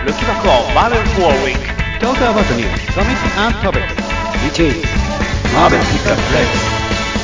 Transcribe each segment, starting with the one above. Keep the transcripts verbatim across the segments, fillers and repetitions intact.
Looking back on Marvel for a week. Talk about the news, comics and topics. Which is Marvel Pickup Play.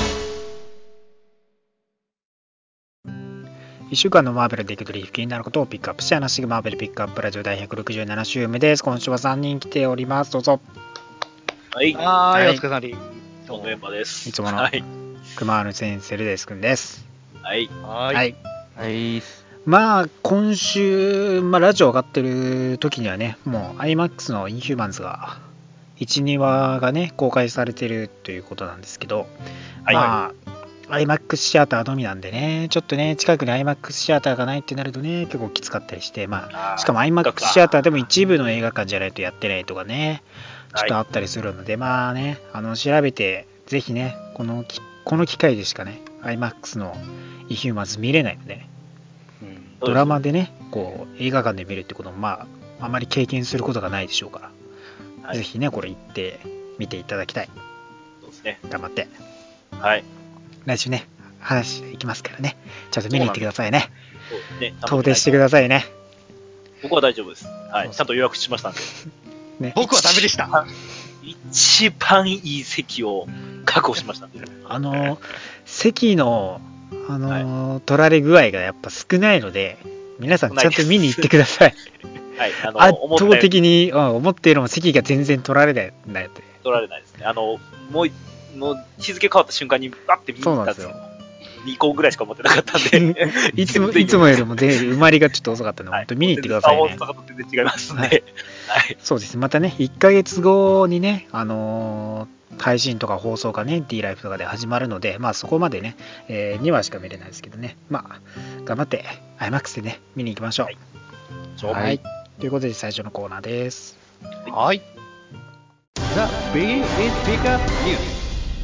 いっしゅうかんのマーベルで気になることをピックアップして話していくマーベルピックアップラジオだいひゃくろくじゅうなな週目です。今週はさんにん来ております。どうぞ。 はい。 はーい、 はいお疲れ様です。 どうもメンバーです。 いつものはい。 熊野先生ですくんです。 はい。 はーい。 はい。 はい。 まあ今週、まあ、ラジオ上がってる時にはね、もう アイマックス のインヒューマンズがいち、にわがね公開されてるということなんですけど、 はい、 まあアイマックス シアターのみなんでね、ちょっとね近くに アイマックス シアターがないってなるとね結構きつかったりして、まあしかも アイマックス シアターでも一部の映画館じゃないとやってないとかねちょっとあったりするので、はい、まあねあの調べてぜひねこのこの機会でしかね アイマックス のインヒューマンズ見れないのでね、うん、ドラマでねこう映画館で見るってこともまああまり経験することがないでしょうから、はい、ぜひねこれ行って見ていただきたい。 そうですね。 頑張ってはい来週ね話いきますからね、ちゃんと見に行ってくださいね。 そうですね。 遠出してくださいね。 僕は大丈夫です。はい。そうそうちゃんと予約しましたんで、 ね、僕はダメでした。 一番いい席を確保しましたんで。 あの席のあの、はい、取られ具合がやっぱ少ないので皆さんちゃんと見に行ってください。 はい、あの圧倒的に、うん、思っているよりも席が全然取られないんだよって。 取られないですね。あのもうもう日付変わった瞬間にバッて見に行ったんですよ。にこぐらいしか持ってなかったんでいつもいつもよりも埋まりがちょっと遅かったので、はい、本当に見に行ってくださいね。 全然違いますんで、はいはい、そうです。またねいっかげつごにねあのー、配信とか放送がね D ライフとかで始まるので、まあそこまでね、えー、にわしか見れないですけどね、まあ頑張って アイマックス でね見に行きましょう。はい、はい、ということで最初のコーナーです。 はい。The Big is Pickup News。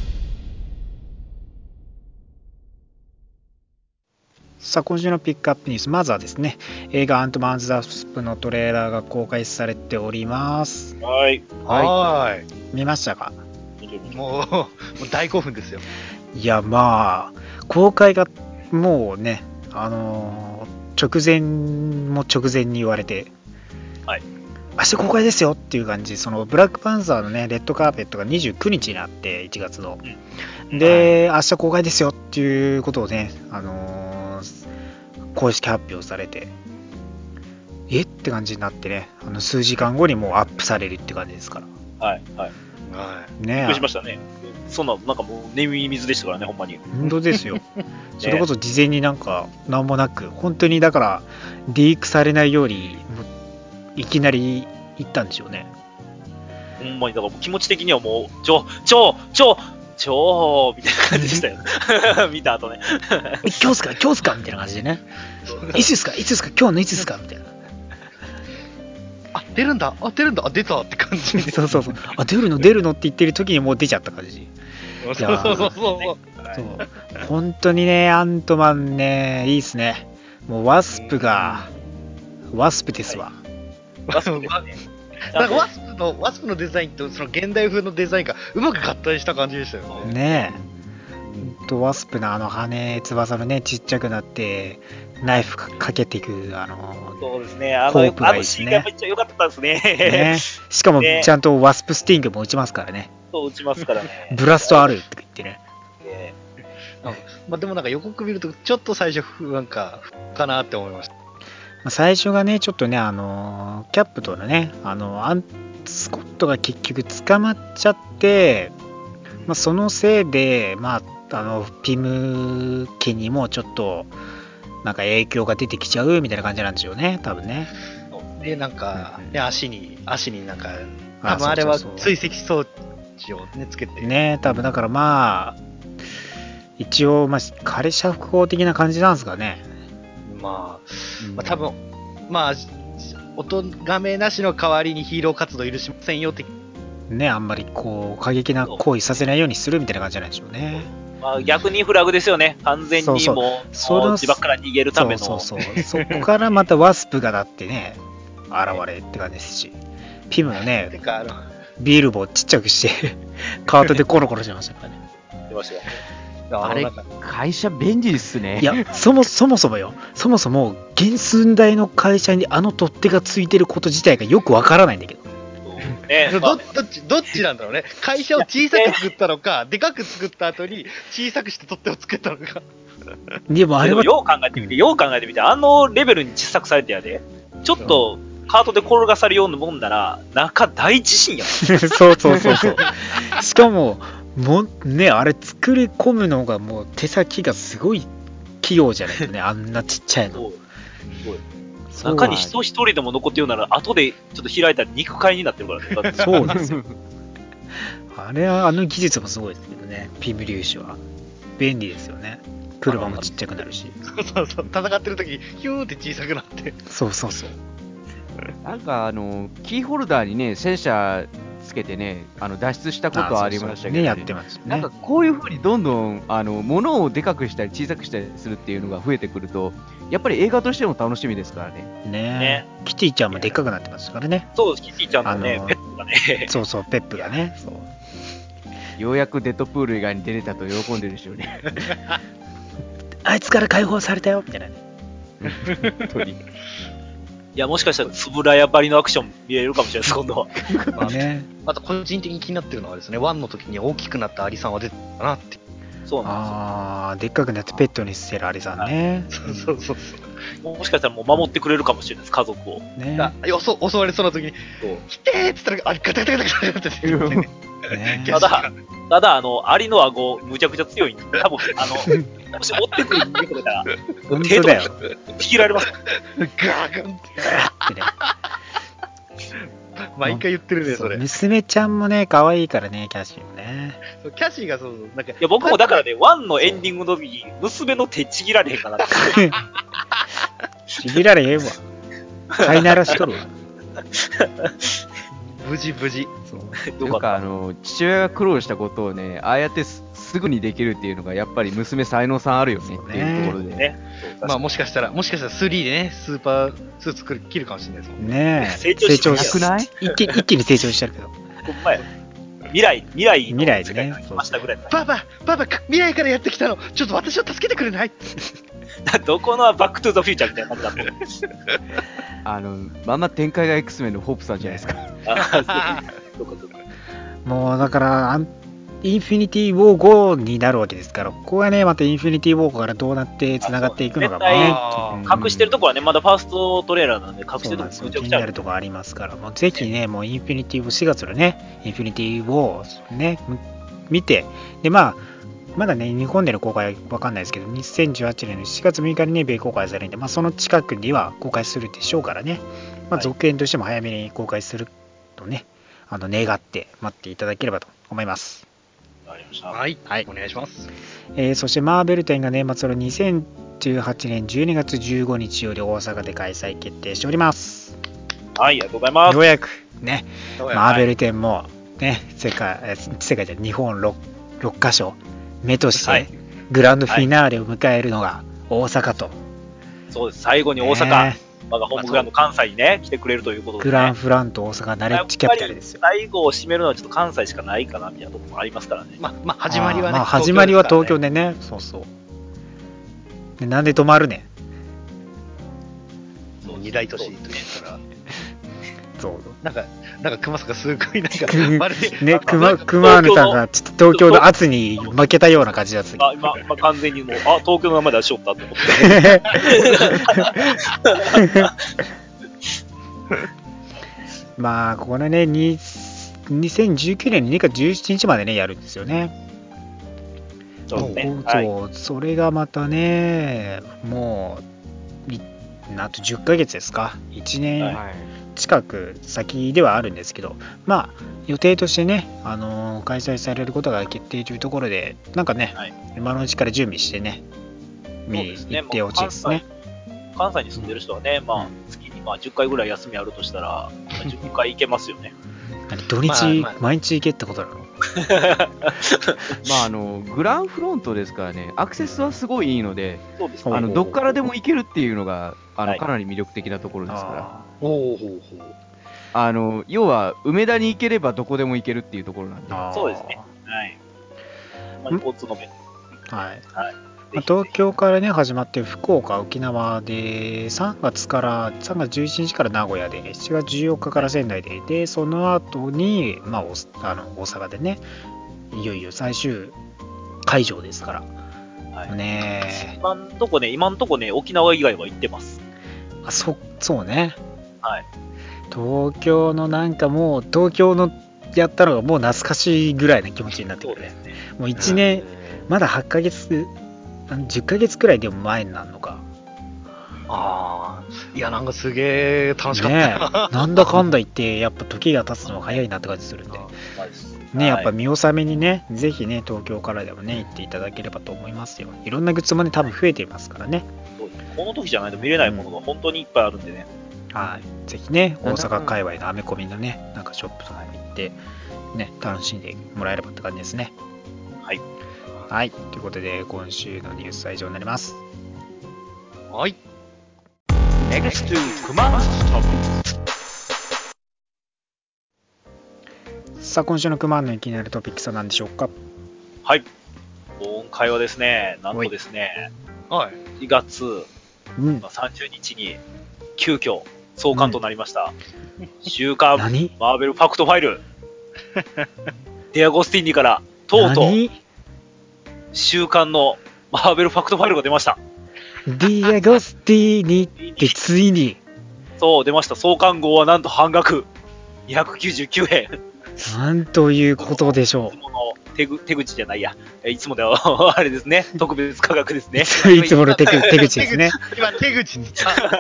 さあ今週のピックアップニュース、まずはですね映画アントマンズ・ザ・スプのトレーラーが公開されております。 はいはい。 見ましたか？ もう、もう大興奮ですよ。 いやまあ公開がもうねあのー、直前も直前に言われて、 はい、 明日公開ですよっていう感じ。そのブラックパンサーのねレッドカーペットがにじゅうくにちになっていちがつの、うん、で、はい、明日公開ですよっていうことをねあのー公式発表されてえって感じになってね、あの数時間後にもうアップされるって感じですから。 はいはいはいね。 びっくりしましたね。そんななんかもう寝水でしたからね、ほんまに。 本当ですよ。それこそ事前になんか何もなく本当にだからリークされないようにいきなり行ったんでしょうね。 ほんまにだから気持ち的にはもうちょちょちょ超みたいな感じでしたよ。見た後ね。 今日すか今日すかみたいな感じでね。いつですかいつですか今日のいつですかみたいな。 あ出るんだあ出るんだあ出たって感じ。 そうそうそう。あ出るの出るのって言ってる時にもう出ちゃった感じ。 そうそうそうそう。そう本当にねアントマンねいいっすね。もうワスプがワスプですわ。 ワスプですね。 なんかワスプのワスプのデザインとその現代風のデザインがうまく合体した感じでしたよね。 ねえ。とワスプのあの羽翼のねちっちゃくなってナイフかけていくあのそうですねあのコープがいいですね。あのシーンがめっちゃ良かったですね。 ねしかもちゃんとワスプスティングも打ちますからね。 そう打ちますからね。 ブラストあるって言ってね。 ねまあでもなんか予告見るとちょっと最初なんかかなって思いました。 最初がねちょっとねあのキャップとのねあのアンスコットが結局捕まっちゃって、まあ、そのせいでまああのピム家にもちょっとなんか影響が出てきちゃうみたいな感じなんでしょうね多分ね。 でなんか、ね、足に足になんか多分あれは追跡装置をねつけてね多分だからまあ一応まあ仮釈放的な感じなんですかね。 まあ、まあ、多分まあお咎めなしの代わりにヒーロー活動許しませんよってねあんまりこう過激な行為させないようにするみたいな感じなんでしょうね。 まあ、逆にフラグですよね完全にもうそうそう自爆から逃げるためのそうそうそうそこからまたワスプがだってね現れって感じですしピムのねビール棒ちっちゃくしてカートでコロコロしましたからね。 出ましたよ。 あれ、会社便利ですね。 いや、そもそもそもよ、そもそも原寸大の会社にあの取っ手がついてること自体がよくわからないんだけど。 ね、 どどっちどっちなんだろうね。会社を小さく作ったのか、でかく作った後に小さくして取っ手を作ったのか。 でもあれは、 よう考えてみて、よう考えてみて、あのレベルに小さくされてやで、ちょっとカートで転がされるようなもんなら、中大地震やん。 そうそうそうそう。しかも、もね、あれ作り込むのがもう手先がすごい器用じゃないとね、あんなちっちゃいの。 そうそう中に人一人でも残ってるなら、後でちょっと開いたら肉塊になってるからね。 そうなんですよ。あれは、あの技術もすごいですけどね、ピム粒子は。便利ですよね。車もちっちゃくなるし。 そうそう、戦ってる時にヒューって小さくなって。 そうそうそう。 なんかあの、キーホルダーにね、戦車つけてね、あの脱出したことはありましたけど、ね、 ね、やってましたね。 なんかこういう風にどんどんあの物をでかくしたり小さくしたりするっていうのが増えてくると、やっぱり映画としても楽しみですからね。 ねね、キティちゃんもでっかくなってますからね。 そう、キティちゃんのね、ペップがね。 そうそう、ペップがね。そうようやくデッドプール以外に出れたと喜んでるでしょうね。 あいつから解放されたよみたいなね。 本当に。いや、もしかしたら、つぶらやばりのアクション見れるかもしれないです、今度は。 まあね、あと、個人的に気になってるのはですね、ワンの時に大きくなったアリさんは出てたかなって。 そうなんですよ。 ああ、でっかくなってペットにしてるアリさんね。 そうそうそう。 もしかしたらもう守ってくれるかもしれないです、家族を。 ねよそ襲われそうな時に、来てーって言ったら、あ、ガタガタガタガタって言ってね。 ただ、ただ、あの、アリの顎、むちゃくちゃ強いんで、多分、あの、もし追ってくる人間とかたら、 本当だよ。 引きられます。 ガーガンってね。毎回言ってるね、それ。 娘ちゃんもね、可愛いからね、キャシーもね。 キャシーがそう、なんか。いや、僕もだからね、ワンのエンディングの時に、娘の手ちぎられへんかなって。 ちぎられへんわ。飼いならしとるわ。 無事無事。 そう。なんかあの、父親が苦労したことをね、ああやってすすぐにできるっていうのが、やっぱり娘才能さんあるよねっていうところで。 ね。 まあもしかしたら、もしかしたらスリーでね、スーパースーツ作る切るかもしれないですもんね。 成長ししなくない一気一気に成長してるけど。 ほんまや。未来、未来の未来でね。 来ましたぐらい。 パパ、パパ、未来からやってきたの。ちょっと私を助けてくれない？ どこのバックトゥーザフューチャーみたいな感じだった。 あの、まんま展開が X メンのホープさんじゃないですか。 もうだから、インフィニティ・ウォーごになるわけですから、ここがね、またインフィニティ・ウォーからどうなって繋がっていくのかもね。 隠してるところはね、まだファーストトレーラーなんで、隠してるところ気になるところありますから、もうぜひね、もうインフィニティ・ウォー、しがつのね、インフィニティ・ウォーね、見て、で、まあ、まだね、日本での公開はわかんないですけど、にせんじゅうはちねんのしがつむいかにね、米公開されるんで、まあ、その近くには公開するでしょうからね、まあ、続編としても早めに公開するとね、あの願って待っていただければと思います。 はい、はい、お願いします。 えー、そしてマーベル展が年末のにせんじゅうはちねんじゅうにがつじゅうごにちより大阪で開催決定しております。 はい、ありがとうございます。 ようやくね、マーベル展もね、世界、世界で日本 6, 6カ所目として、はい、グランドフィナーレを迎えるのが大阪と。 そうです、最後に大阪。ね、我がホームグラウンド関西にね、来てくれるということで、ね、 グランフラント大阪ナレッジキャピタルですよ。 最後を締めるのはちょっと関西しかないかなみたいなところもありますからね。 まあ、まあ、始まりはね。 まあ、始まりは東京でね、そうそう。でなんで止まるねん。そう、二大都市と言ったら。 そう。 なんか、なんか熊さんがすごいなんか、 まるで。ね、熊、熊野さんがちょっと東京の圧に負けたような感じだった。 あ、今、まあ、完全にもう、あ、東京の名前出しよったと思って。 まあ、ここのね、にせんじゅうきゅうねんのにがつじゅうしちにちまでね、やるんですよね。 そうね。 そう、はい、それがまたね、もう、なんとじゅっかげつですか。いちねん近く先ではあるんですけど、まあ、予定としてね、あのー、開催されることが決定というところで、なんかね、はい、今のうちから準備してね、見に行ってほしいですね。 関西に住んでる人はね、まあ、月にまあじゅっかいぐらい休みあるとしたら、じゅっかい行けますよね。 土日、まあまあ、毎日行けってことなのまあ、あの、グランフロントですからね、アクセスはすごいいいので、そうですね、あのどっからでも行けるっていうのが、あの、はい、かなり魅力的なところですから。 ほうほうほう。 あの、要は、梅田に行ければどこでも行けるっていうところなんで。 そうですね。はい。まあ、交通の便。 はい。 はい、 まあ、東京からね始まって福岡、沖縄でさんがつからさんがつじゅういちにちから名古屋でしちがつじゅうよっかから仙台で、でその後にまあおあの大阪でねいよいよ最終会場ですから。はい、ね今んとこね今んとこね沖縄以外は行ってます。 あ、そそうね。 はい。 東京のなんかもう東京のやったのがもう懐かしいぐらいな気持ちになってくるね。もういちねん、まだはちかげつじゅっかげつくらいでも前になるのか。 ああ、いやなんかすげえ楽しかったね。なんだかんだ言ってやっぱ時が経つの早いなって感じするんでね、やっぱ見納めにね、ぜひね東京からでもね行っていただければと思いますよ。いろんなグッズもね多分増えていますからね。 この時じゃないと見れないものが本当にいっぱいあるんでね、 うん、はい、ぜひね大阪界隈のアメコミのねなんかショップとかに行ってね楽しんでもらえればって感じですね。 はい、 はい、ということで今週のニュースは以上になります。 はい。 Next to Command Topics。 さあ今週のクマンの気になるトピックスは何でしょうか。 はい、今回はですね、なんとですね、 はい、 しがつさんじゅうにちに急遽創刊となりました、うん、週刊マーベルファクトファイルデアゴスティーニからとうとう週刊のマーベルファクトファイルが出ました。 デアゴスティーニってついにそう出ました。創刊号はなんと半額にひゃくきゅうじゅうきゅうえん。 なんということでしょう。 いつもの手ぐ手口じゃないや。いつもではあれですね。特別価格ですね。 いつもの手手口ですね。 今手口に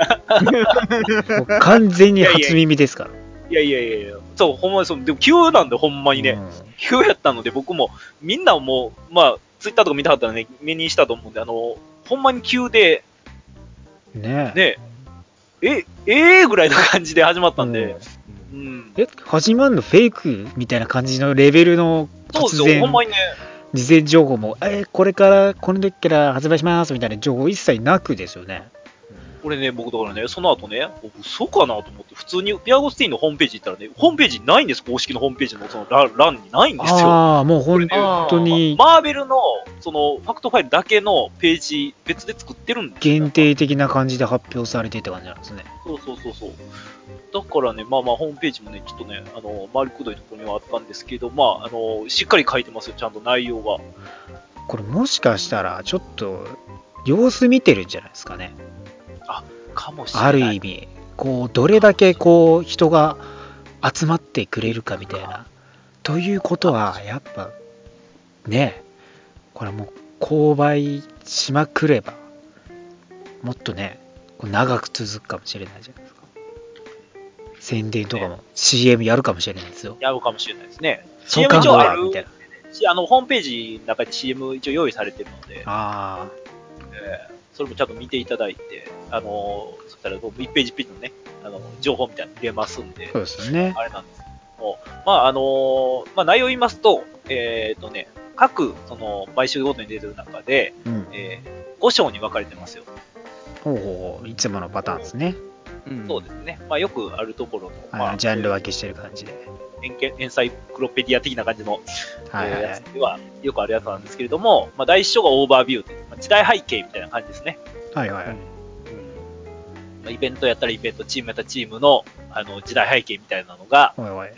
完全に初耳ですから。 いやいやいやいや。そう、ほんまにそう。でも急なんでほんまにね。うん、急やったので僕もみんなもうまあツイッターとか見たかったらね目にしたと思うんで、あのほんまに急でねえねえええー、ぐらいな感じで始まったんで。うんうん、え始まるのフェイクみたいな感じのレベルの突然ほんまにね事前情報もえこれからこの時から発売しますみたいな情報一切なくですよね。 これね僕だからねその後ね嘘かなと思って普通にデアゴスティーンのホームページ行ったらねホームページないんです。公式のホームページのその欄にないんですよ。 ああもう本当にマーベルのそのファクトファイルだけのページ別で作ってるんですよ。限定的な感じで発表されてって感じなんですね。 そうそうそうそう。だからね、まあまあ、ホームページもね、ちょっとね、あの、回りくどいところにはあったんですけど、まあ、あの、しっかり書いてますよ、ちゃんと内容が。 これもしかしたら、ちょっと、様子見てるんじゃないですかね。 あ、かもしれない。 ある意味、こう、どれだけ、こう、人が集まってくれるかみたいな。ということは、やっぱ、ね、これもう、購買しまくれば、もっとね、長く続くかもしれないじゃないですか。宣伝とかも シーエム やるかもしれないですよ。 やるかもしれないですね。 シーエム 一応あるみたいな。 あのホームページの中で シーエム 一応用意されてるので、 あ、 えー、それもちゃんと見ていただいて、あのそしたらいちページページのね、あの情報みたいなの見れますんで、 そうですね。 あれなんですけども、まああのまあ内容を言いますと、えっ、ー、とね、各その毎週ごとに出てる中で、うん、えー、ご章に分かれてますよ。 ほうほう、いつものパターンですね。 うん、そうですね。まあ、よくあるところの、まあ、 ジャンル分けしてる感じで。 エンサイクロペディア的な感じの、はいはいはい、やつではよくあるやつなんですけれども、まあ、第一章がオーバービューという、まあ、時代背景みたいな感じですね。 はいはいはい。うんまあ、イベントやったらイベント、チームやったらチームの、あの時代背景みたいなのが出てます。はいはい、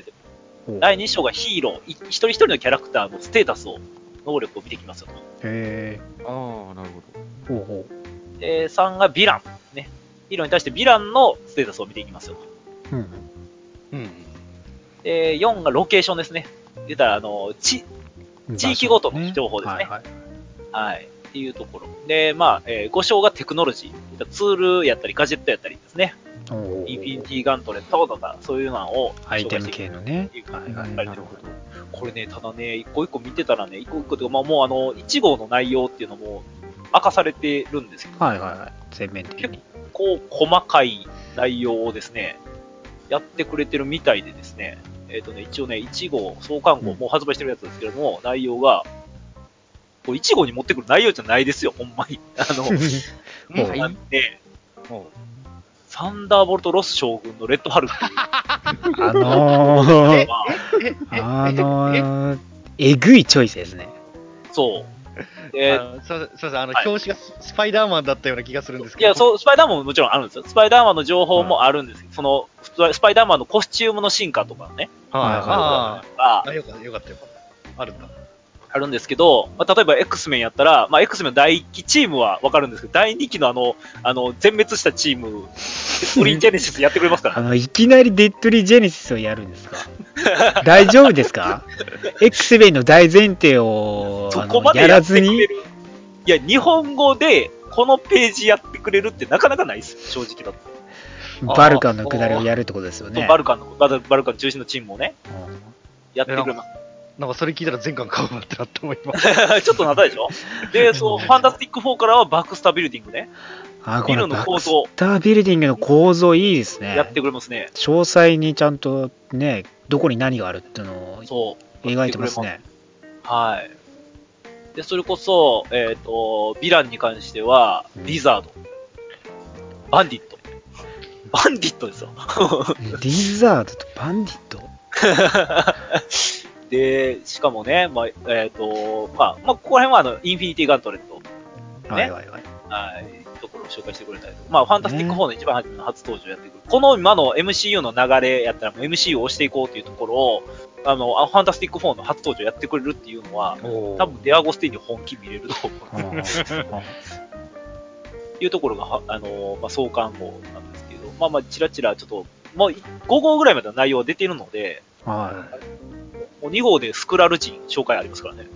だいに章がヒーロー、一人一人のキャラクターのステータスを、能力を見てきますよと。 へー。ああ、なるほど。ほうほう。で、さんがヴィラン。ね。ヒーローに対してヴィランのステータスを見ていきますよと。うん。うん。で、よんがロケーションですね。言ったら、あの、地、地域ごとの情報ですね。はい、はい。はい。っていうところ。で、まあ、えー、ご章がテクノロジー。ツールやったり、ガジェットやったりですね。インフィニティガントレットとか、そういうのをアイテム系のね。 はいはい。なるほど。これね、ただね、一個一個見てたらね、一個一個というか、まあもうあの、いち号の内容っていうのも明かされてるんですけど。 はいはいはい。全面的に。 結構細かい内容をですね、やってくれてるみたいでですね、えっ、ー、とね、一応ね、いち号、創刊号、もう発売してるやつですけれども、内容が、これいち号に持ってくる内容じゃないですよ、ほんまに。あの、もうね、もう、サンダーボルトロス将軍のレッドハルク。 あのー、あのー、えぐいチョイスですね。 そう。 えー、すみません、あの、はい、表紙がスパイダーマンだったような気がするんですけど。 いや、そう、スパイダーマンももちろんあるんですよ。スパイダーマンの情報もあるんですけど、その、スパイダーマンのコスチュームの進化とかね。 はいはいはい。ああ、よかったよかったよかった。あるんだ。 あるんですけど、まあ、例えば X メンやったら、まあ、X メンのだいいっきチームはわかるんですけど、だいにきのあの、あの、全滅したチーム、デッドリー・ジェネシスやってくれますから、 ね、あの、いきなりデッドリー・ジェネシスをやるんですか大丈夫ですか ?X メンの大前提をそこまでやらずに。いや、日本語でこのページやってくれるってなかなかないです、正直だと。 バルカンの下りをやるってことですよね。 バルカンの、バルカン中心のチームをね、やってくれます。 なんかそれ聞いたら全巻買うなってなって思います。 ちょっとなったでしょで、そう、ファンタスティックフォーからはバックスタービルディングね。 あ、このバックスタービルディングの構造いいですね。 やってくれますね。 詳細にちゃんとね、どこに何があるっていうのを描いてますね。 はい。で、それこそ、えっと、ヴィランに関しては、リザード、バンディット。バンディットですよ。 リザードとバンディットで、しかもね、まあ、えっ、ー、と、まあ、まあ、ここら辺はあの、インフィニティガントレット、ね。 はいはいはい。 はい。ところを紹介してくれたりとか、まあ、ファンタスティックフォーの一番初めの初登場やってくる。ね、この今の エムシーユー の流れやったら、もう エムシーユー を押していこうっていうところを、あの、ファンタスティックフォーの初登場やってくれるっていうのは、多分デアゴスティーニ本気見れると思う。っていうところが、あの、まあ、創刊号なんですけど、まあまあ、ちらちらちょっと、もうご号ぐらいまでの内容は出ているので、 はい。 もうに号でスクラル人紹介ありますからね。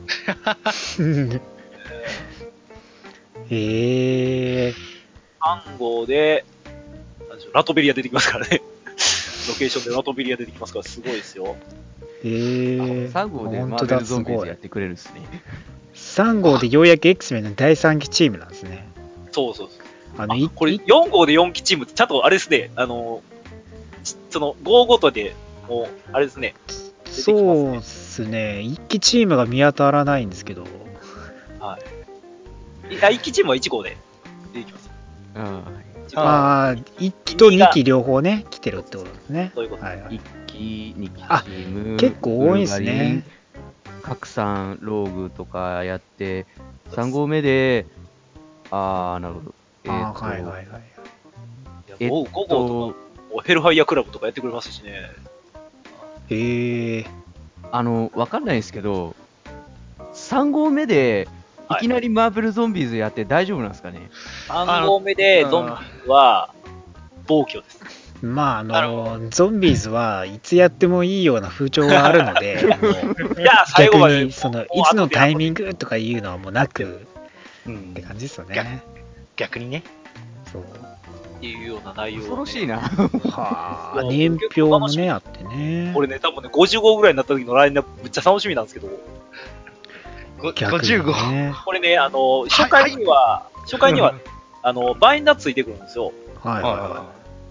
へえ。 さん号で、なんでしょう、ラトベリア出てきますからね。ロケーションでラトベリア出てきますから、すごいですよ。 へえ。 さん号でマーベルゾンビーズやってくれるんですね。 さん号でようやく X メンのだいさんきチームなんですね。 そうそうそう。あの、あこれよん号でよんきチームってちゃんとあれですね、あの、その号ごとでもう、あれですね。 そうですね。いっきチームが見当たらないんですけど。 はい。あ、いっきチームはいち号で出てきます。 ああ、いっきとにき両方ね、来てるってことですね。 そういうことです。 はいはい、 いっき、にきチーム。結構多いですね。 拡散、ローグとかやって、さん号目で、あー、なるほど。 えー、あはいはいはい。 えっと、ご号とか、ヘルファイアクラブとかやってくれますしね。 へえ。 あの、わかんないですけど、さん号目で、いきなりマーベルゾンビーズやって大丈夫なんですかね。 はい、さん号目でゾンビーズは、暴挙です。 まあ、あの、あのゾンビーズはいつやってもいいような風潮があるので、いや最後まで逆にそのいつのタイミングとかいうのはもうなく、うん、って感じですよね。 逆にね。 そう。 っていうような内容、ね、 恐ろしいな。 はあ、年表もね、あってね。 これね、多分ね、ごじゅう号ぐらいになった時のラインナップ、めっちゃ楽しみなんですけど。 ごじゅう号。 これね、あの、初回には、はい、初回には、あの、バインダーついてくるんですよ。 はいはいはい。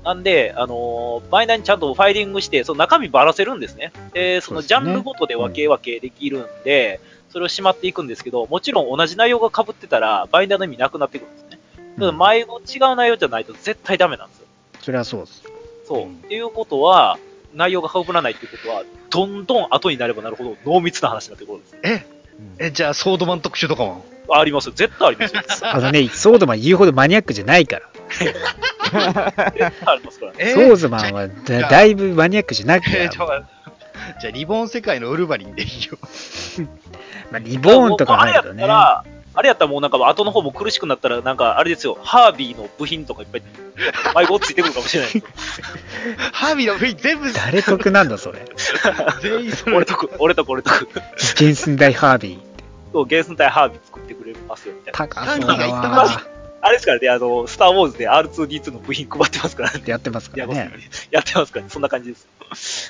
なんで、あの、バインダーにちゃんとファイリングして、その中身ばらせるんですね。で、そのジャンルごとで分け分けできるんで、それをしまっていくんですけど、もちろん同じ内容が被ってたら、バインダーの意味なくなってくるんですね。うん、前の違う内容じゃないと絶対ダメなんですよ。 それはそうです。 そう。っていうことは、内容が被らないっていうことは、どんどん後になればなるほど濃密な話になってくるんです。 ええ、じゃあ、ソードマン特集とかもありますよ。絶対ありますよ。 あのね、ソードマン言うほどマニアックじゃないから。 絶対ありますからね。 ソードマンは だ, だいぶマニアックじゃなくて。 じゃあ、リボーン世界のウルヴァリンでいいよ。 まあ、リボーンとか入るとね。 あれやったらもうなんか後の方も苦しくなったらなんかあれですよ、ハービーの部品とかいっぱい迷子ついてくるかもしれない。 ハービーの部品全部誰得なんだそれ。 全員それ。 俺得、俺得、俺得。 原寸大ハービー。 そう、原寸大ハービー作ってくれますよみたいな。 高そうだわ。 あれですからね、あの、スターウォーズで アールツーディーツー の部品配ってますからね。 やってますからね。 やってますからね。そんな感じです。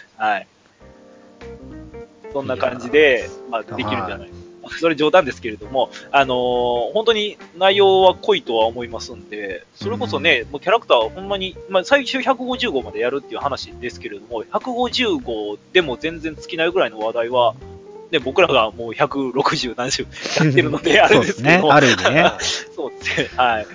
はい。そんな感じで、まあ、できるんじゃないか。それ冗談ですけれども、あのー、本当に内容は濃いとは思いますんで、それこそね、もうキャラクターはほんまに、まあ、最終ひゃくごじゅう号までやるっていう話ですけれども、ひゃくごじゅう号でも全然尽きないぐらいの話題は、ね、僕らがもうひゃくろくじゅう何週やってるので、あれですけど。 そうですね、ある意味ね。 そうですね、はい。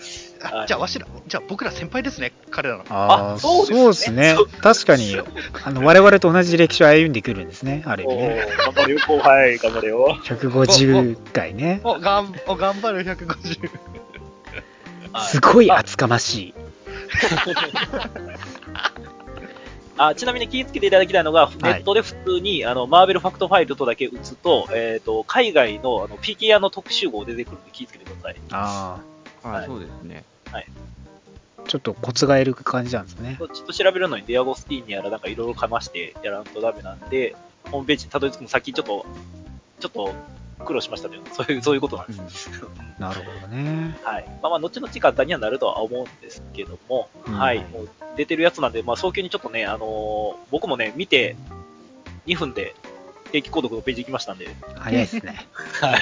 はい、じゃあわしら、じゃあ僕ら先輩ですね、彼らの。 ああ、そうですね。確かに、あの我々と同じ歴史を歩んでくるんですね、ある意味ね。 頑張れよ、後輩、頑張れよ。 ひゃくごじゅっかいね。 お、お、がんお頑張るひゃくごじゅう。 すごい厚かましい。 あちなみに気をつけていただきたいのが、ネットで普通に、はい、あのマーベルファクトファイルとだけ打つと、えーと、海外のあのフィギュアの特集号出てくるので気をつけてください。 ああ、はい、そうですね。 はい。 ちょっとコツがいる感じなんですね。 ちょっと調べるのにデアゴスティーニやらなんかいろいろかましてやらんとダメなんで、ホームページにたどり着くのさっきちょっと、ちょっと苦労しましたけど、そういう、そういうことなんです。うん、 なるほどね。 はい。まあまあ、後々簡単にはなるとは思うんですけども、うん、はい。もう出てるやつなんで、まあ早急にちょっとね、あのー、僕もね、見て、にふんで定期購読のページ行きましたんで。 早いですね。 はい。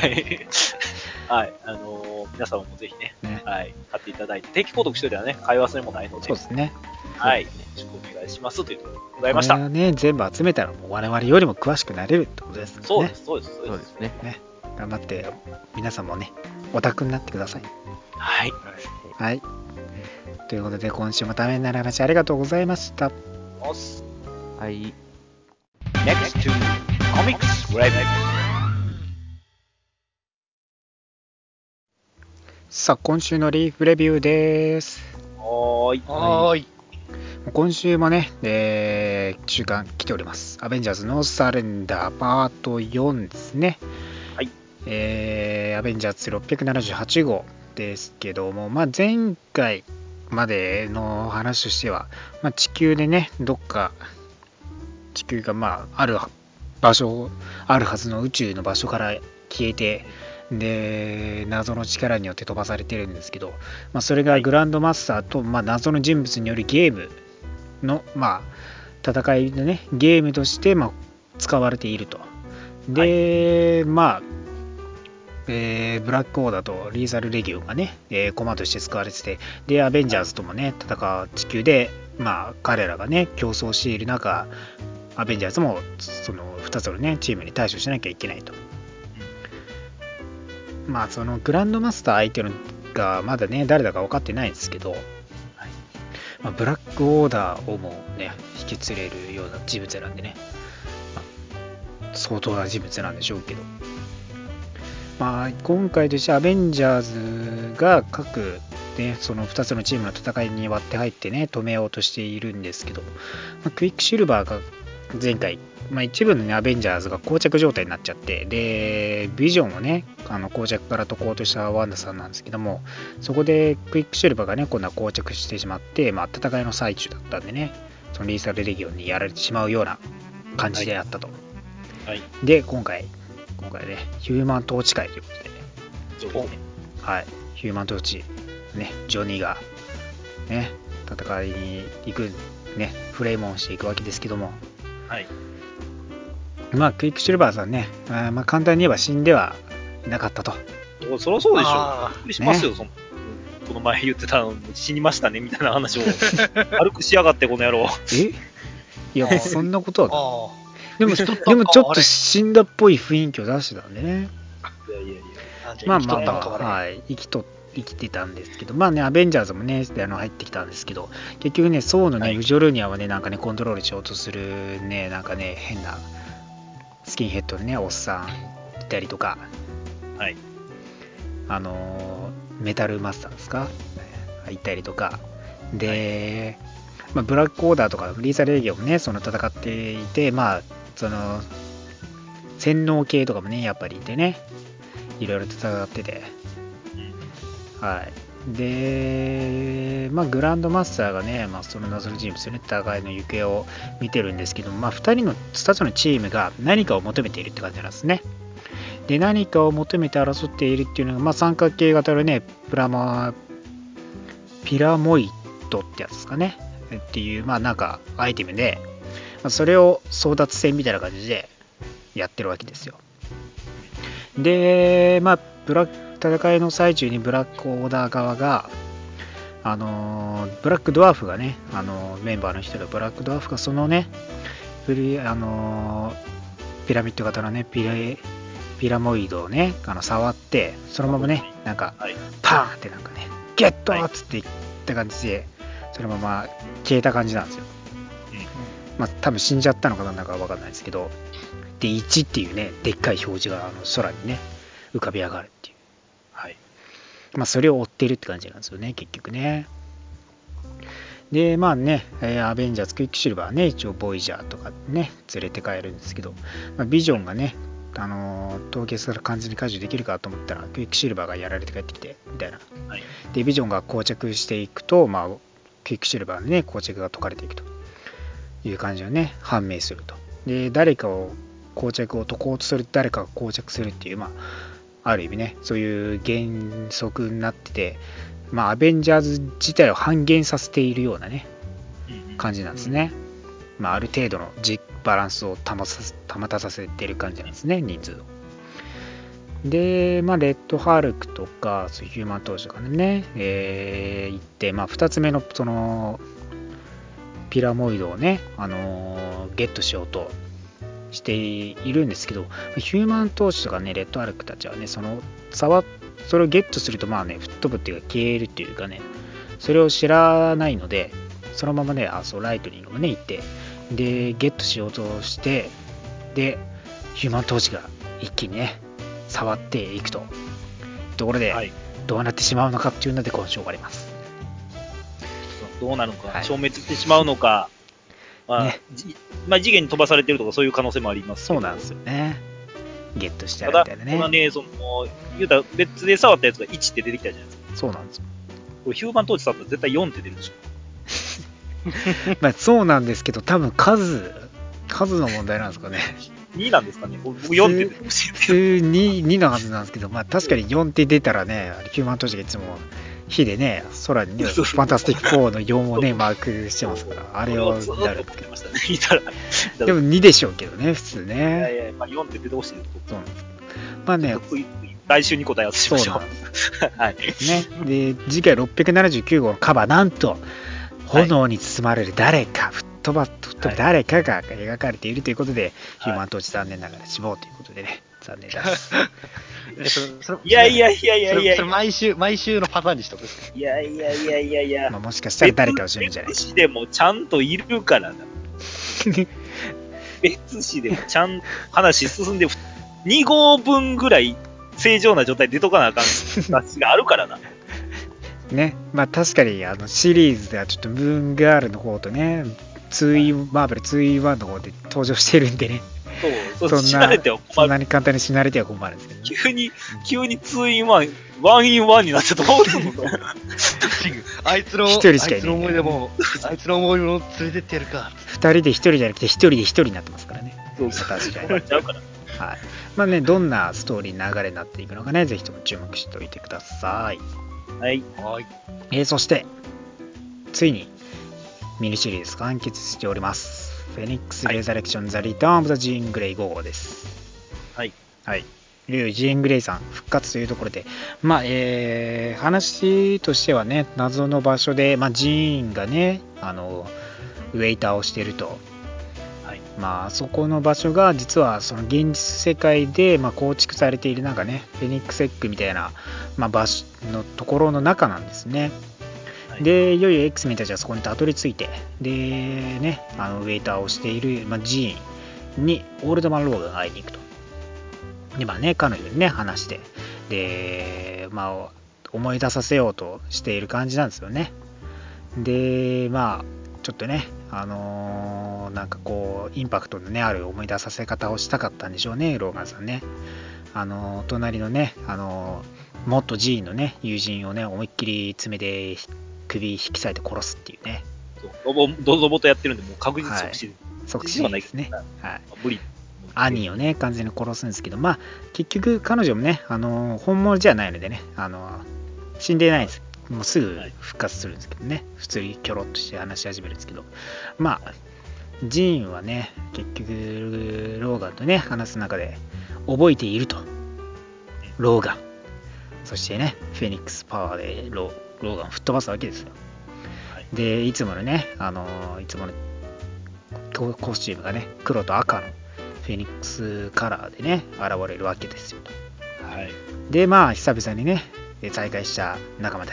はい。あのー、皆様もぜひね、ね、はい。買っていただいて、定期購読しておいたらね、買い忘れもないので。 そうですね。 はい。よろしくお願いしますということでございました。 これをね、全部集めたらもう我々よりも詳しくなれるってことですね。 そうです、そうです、 そうですね。 ね。頑張って皆さんもね、オタクになってください。 はい。 はい。ということで今週もためになる話ありがとうございました。 はい。 Next to Comics Review。 さあ今週のリーフレビューです。 はーい。 はーい。 今週もね、えー、週間来ております。アベンジャーズノースサレンダーパートよんですね。 はい。 えー、アベンジャーズろっぴゃくななじゅうはちごうですけども、まあ、前回までの話としては、まあ、地球でね、どっか地球がまあある場所、あるはずの宇宙の場所から消えて、で謎の力によって飛ばされてるんですけど、まあ、それがグランドマスターと、まあ、謎の人物によるゲームの、まあ、戦いでね、ゲームとしてまあ使われていると。で、はい、まあ、えー、ブラックオーダーとリーサルレギオンがね、えー、駒として使われてて、で、アベンジャーズともね、戦う地球で、まあ、彼らがね、競争している中、アベンジャーズもそのふたつのね、チームに対処しなきゃいけないと。まあ、そのグランドマスター相手のがまだね、誰だか分かってないんですけど、はい、まあ、ブラックオーダーをもね、引き連れるような人物なんでね、まあ、相当な人物なんでしょうけど、まあ、今回としてアベンジャーズが各、ね、そのふたつのチームの戦いに割って入ってね、止めようとしているんですけど、まあ、クイックシルバーが前回、まあ、一部の、ね、アベンジャーズが膠着状態になっちゃって、でビジョンをね、あの膠着から解こうとしたワンダさんなんですけども、そこでクイックシルバーがね、今度は膠着してしまって、まあ、戦いの最中だったんでね、そのリーサルレギオンにやられてしまうような感じであったと。 はいはい、 で、今回、今回ね、ヒューマン統治会ということで、 そうですね、 はい、ヒューマン統治、ね、ジョニーが、ね、戦いに行く、ね、フレームオンしていくわけですけども、 はい、 まあ、クイックシルバーさんね、あまあ簡単に言えば死んではいなかったと。 そりゃそうでしょう。びっくりしますよ、ね、そのこの前言ってたの死にましたねみたいな話を軽くしやがってこの野郎。 えいやそんなことはでもでもちょっと死んだっぽい雰囲気を出してたんでね。 いやいやいや。 まあまあ、はい、生きと生きてたんですけど、まあね、アベンジャーズもね、あの入ってきたんですけど、結局ね、ソーのね、はい、ウジョルニアはね、なんかね、コントロールしようとするね、なんかね、変なスキンヘッドのね、おっさんいたりとか、 はい、 あのメタルマスターですか、いたりとか、で、はい、まあ、ブラックオーダーとかリーサルレギオンもね、その戦っていて、まあ、その洗脳系とかもね、やっぱりいてね、いろいろ戦ってて、はい、で、まあ、グランドマスターがね、まあ、その謎の人物の戦いの行方を見てるんですけど、まあ、ふたりのふたつのチームが何かを求めているって感じなんですね。で、何かを求めて争っているっていうのが、まあ、三角形型のね、プラマピラモイドってやつですかねっていう、まあ、なんかアイテムで、まあ、それを争奪戦みたいな感じでやってるわけですよ。で、まあ、ブラ戦いの最中にブラックオーダー側が、あのー、ブラックドワーフがね、あのー、メンバーの一人のブラックドワーフがそのね、プリ、あのー、ピラミッド型のね、ピラ、ピラモイドをね、あの触って、そのままね、なんか、パーンってなんかね、 ゲットっつって言った感じでそのまま消えた感じなんですよ、うん、まあ多分死んじゃったのかなんだか分かんないですけど、でいちっていうねでっかい表示があの空にね浮かび上がるっていう、はい、まあそれを追ってるって感じなんですよね結局ね。でまあね、アベンジャーズクイックシルバーね一応ボイジャーとかね連れて帰るんですけど、まあ、ビジョンがねあのー、凍結から完全に解除できるかと思ったらクイックシルバーがやられて帰ってきてみたいな、はい、でビジョンが膠着していくと、まあ、クイックシルバーでね膠着が解かれていくという感じがね判明すると。で誰かを膠着を解こうとする誰かが膠着するっていう、まあ、ある意味ねそういう原則になってて、まあ、アベンジャーズ自体を半減させているようなね感じなんですね、まあ、ある程度のバランスを保さ保たさせてる感じなんですね人数を。で、まあ、レッドハルクとかヒューマントーチとかね、えー、行って、まあ、ふたつめのそのピラモイドをね、あのー、ゲットしようとしているんですけど、ヒューマントーチとかねレッドハルクたちはねその触それをゲットするとまあね吹っ飛ぶっていうか消えるっていうかねそれを知らないのでそのままねあそうライトニングもね行ってでゲットしようとしてでヒューマントーチが一気にね触っていくとところで、はい、どうなってしまうのかっていうので今週終わります。 どうなるのか、はい、消滅してしまうのか、まあねまあ、次元に飛ばされてるとかそういう可能性もありますけど。 そうなんですよねゲットしたらみたいなね。 ただねその言うたら別で触ったやつがいちって出てきたじゃないですか。 そうなんですよ。 これヒューマントーチ触ったら絶対よんって出るでしょまあそうなんですけど多分数数の問題なんですかねになんですかね。僕よんって出てほしいんですけど普通 に, にのはずなんですけど、まあ確かによんって出たらねヒューマントーチがいつも火でね空にねファンタスティックフォーのよんをねマークしてますからあれをなるってましたねでもにでしょうけどね普通ね。いやいや、まあ、よんって出てほしいです。 そうなんですまあね来週に答え合わせしましょう。 はいね、で次回ろっぴゃくななじゅうきゅう号のカバーなんと炎に包まれる誰か、はい、吹っ飛ば吹っ飛ぶ誰かが描かれているということで、はい、ヒューマントーチ残念ながら死亡ということでね残念ですいやいやいやいやいやそれ毎週毎週のパターンにしとく。 いやいやいやいやいや、 まあ、もしかしたら誰かを死ぬんじゃない別紙でもちゃんといるからな別紙でもちゃんと話進んでに号分ぐらい正常な状態で出とかなあかん話があるからなね、まあ確かにあのシリーズではちょっとムーンガールの方とね ツーイン マーベル ツーインワン の方で登場してるんでねそうそうそんなそんなに簡単に死なれては困るんですけど、ね、 急に急に ツーインワン ワンインワン になってどうするのあいつの一人しかいない、 あいつの思い出もあいつの思い出も連れてってやるか二人で一人じゃなくて一人で一人になってますからね。 そうそう確かにちゃうからはい、まあねどんなストーリー流れになっていくのかねぜひとも注目しておいてください。 はい、 はいえー、そしてついにミニシリーズ完結しておりますフェニックス・レザレクション・ザ・リターン・オブ・ザ・ジーン・グレイご号です。 はいはいジーン・グレイさん復活というところでまあえー、話としてはね謎の場所で、まあ、ジーンがねあのウェイターをしていると、はい、まあそこの場所が実はその現実世界で、まあ、構築されているなんかねフェニックスエッグみたいな、まあ、場所のところの中なんですね。はい、でいよいよ X メンたちはそこにたどり着いてでねあのウェイターをしている、まあ、ジーンにオールドマン・ローガンが会いに行くと。でまあね彼女にね話してでまあ思い出させようとしている感じなんですよね。でまあちょっとねあのー、なんかこうインパクトのねある思い出させ方をしたかったんでしょうねローガンさんね。あのー、隣のねあのー、もっとジーンのね友人をね思いっきり爪で首引き裂いて殺すっていうね。 そうドボドドボとやってるんでもう確実即死、 はい、即死ですね。はい、 無理兄をね完全に殺すんですけどまあ結局彼女もねあの本物じゃないのでねあの死んでないです。もうすぐ復活するんですけどね普通にキョロッとして話し始めるんですけどまあジーンはね結局ローガンとね話す中で覚えているとローガンそしてねフェニックスパワーでロ ー, ローガンを吹っ飛ばすわけですよ。でいつものねあのいつものコスチュームがね黒と赤のフェニックスカラーでね現れるわけですよ。はい、でまあ久々にね再会した仲間たち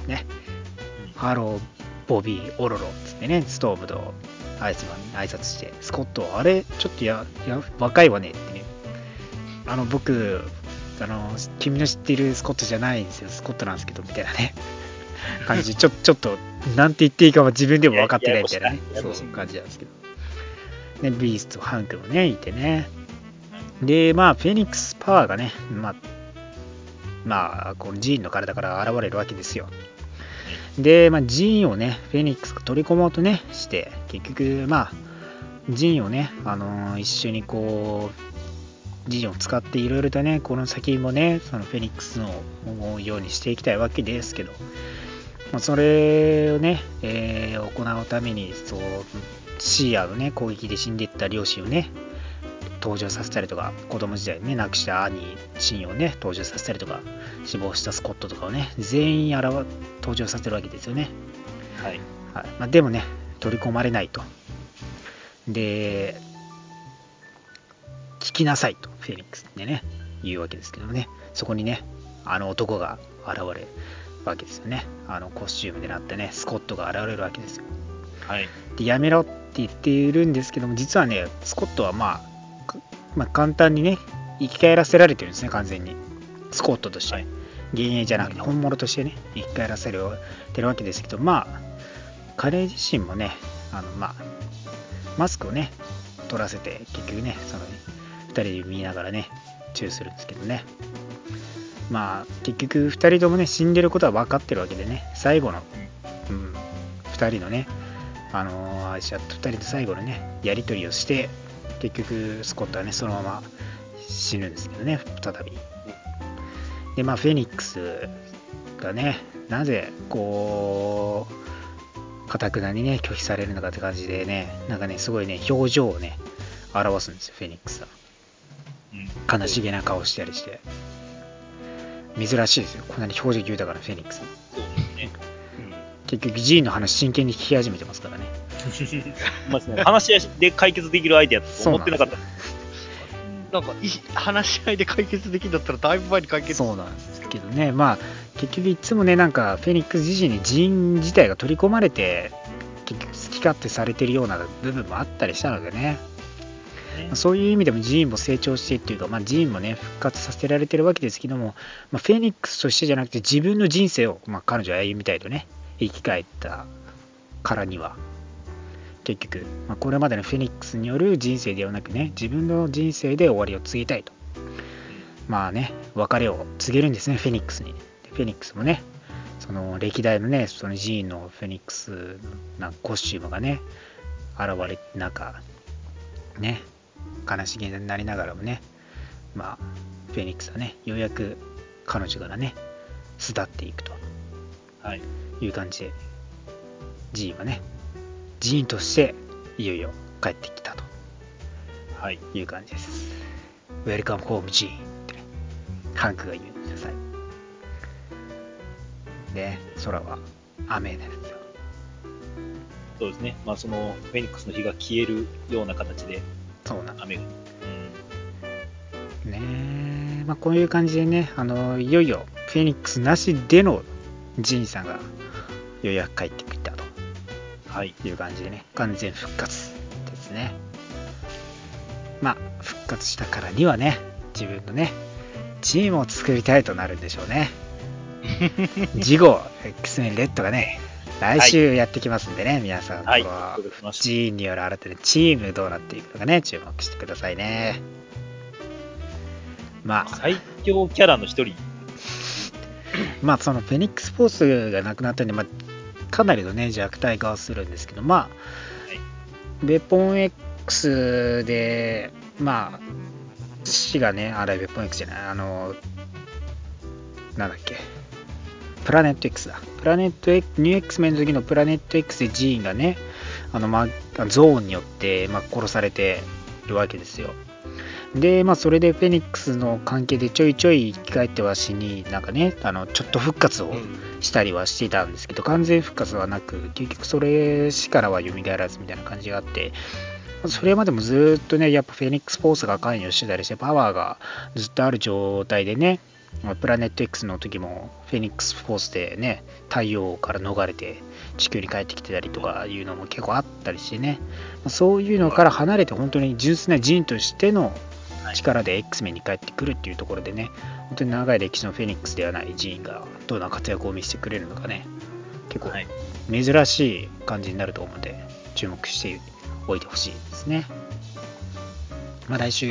ね、うん、ハローボビーオロロっつってね、ストームとアイスマンに挨拶して、スコットあれちょっとやや若いわねってね、あの僕あの君の知っているスコットじゃないんですよ、スコットなんですけどみたいなね感じ、ちょちょっとなんて言っていいかは自分でも分かってないみたいなね、そういう感じなんですけどね、ビーストハンクもねいてね、でまあフェニックスパワーがね、まあまあこのジーンの体から現れるわけですよ。で、まあ、ジーンをねフェニックスが取り込もうとねして結局まあジーンをね、あのー、一緒にこうジーンを使っていろいろとねこの先もねそのフェニックスの思うようにしていきたいわけですけど、まあ、それをね、えー、行うためにそうシーアのね攻撃で死んでいった両親をね登場させたりとか、子供時代にね亡くした兄シンをね登場させたりとか、死亡したスコットとかをね全員登場させるわけですよね。 はい、 はい、まあ、でもね取り込まれないと。で聞きなさいとフェニックスってね言うわけですけどね、そこにねあの男が現れるわけですよね。あのコスチュームでなってねスコットが現れるわけですよ。 はい、 でやめろって言っているんですけども、実はねスコットはまあまあ、簡単にね生き返らせられてるんですね、完全にスコットとして、はい、幻影じゃなくて本物としてね生き返らせてるわけですけど、まあ彼自身もねあのまあマスクをね取らせて結局ねそのふたりで見ながらねチューするんですけどね、まあ結局ふたりともね死んでることは分かってるわけでね、最後の、うん、ふたりのねあの愛し合ったふたりの最後のねやり取りをして結局スコットはねそのまま死ぬんですけどね、再び。でまあフェニックスがねなぜこう堅くなにね拒否されるのかって感じでね、なんかねすごいね表情をね表すんですよフェニックスは。悲しげな顔してたりして珍しいですよ、こんなに表情豊かなフェニックス。 そうですね、 うん、結局ジーンの話真剣に聞き始めてますからねまあ話し合いで解決できるアイデアと思ってなかった。 なんかい話し合いで解決できるんだったらだいぶ前に解決そうなんですけどね、まあ結局いつもねなんかフェニックス自身にジーン自体が取り込まれて結局好き勝手されてるような部分もあったりしたのでね、まあ、そういう意味でもジーンも成長してっていうか、まあ、ジーンもね復活させられてるわけですけども、まあ、フェニックスとしてじゃなくて自分の人生を、まあ、彼女は歩みたいとね生き返ったからには結局、まあ、これまでのフェニックスによる人生ではなくね自分の人生で終わりを告げたいと、まあね別れを告げるんですねフェニックスに。フェニックスもねその歴代のねそのジーンのフェニックスなコスチュームがね現れてなんかね悲しげになりながらもね、まあフェニックスはねようやく彼女からね巣立っていくという感じで、ジーンはねジーンとしていよいよ帰ってきたという感じです。ウェルカムホームジーンってハンクが言うんですよ。で、空は雨ですよ。 そうですね。まあそのフェニックスの火が消えるような形でそうな雨が。 うん、ねえ、まあこういう感じでね、あのいよいよフェニックスなしでのジーンさんがようやく帰ってきたと。はい、いう感じでね、完全復活ですね。まあ復活したからにはね、自分のねチームを作りたいとなるんでしょうね。次号 X メンレッドがね来週やってきますんでね、はい、皆さん、はい、このジーンによる新たなチームどうなっていくのかね注目してくださいね。まあ最強キャラの一人まあそのフェニックスフォースがなくなったんで、まあかなりのね弱体化はするんですけど、まあ、はい、ベポン X でまあ死がねあれベポン X じゃないあのなんだっけプラネット X だプラネット X ニュー X メンの時のプラネット X でジーンがねあの、まあ、ゾーンによって、まあ、殺されてるわけですよ。でまあそれでフェニックスの関係でちょいちょい生き返っては死になんかねあのちょっと復活をしたりはしていたんですけど、完全復活はなく結局それ死からは蘇らずみたいな感じがあって、それまでもずっとねやっぱフェニックスフォースが関与してたりしてパワーがずっとある状態でねプラネット X の時もフェニックスフォースでね、太陽から逃れて地球に帰ってきてたりとかいうのも結構あったりしてね、そういうのから離れて本当に純粋な人としての力で X メンに帰ってくるっていうところでね、本当に長い歴史のフェニックスではないジーンがどんな活躍を見せてくれるのかね、結構珍しい感じになると思うので注目しておいてほしいですね。まあ来週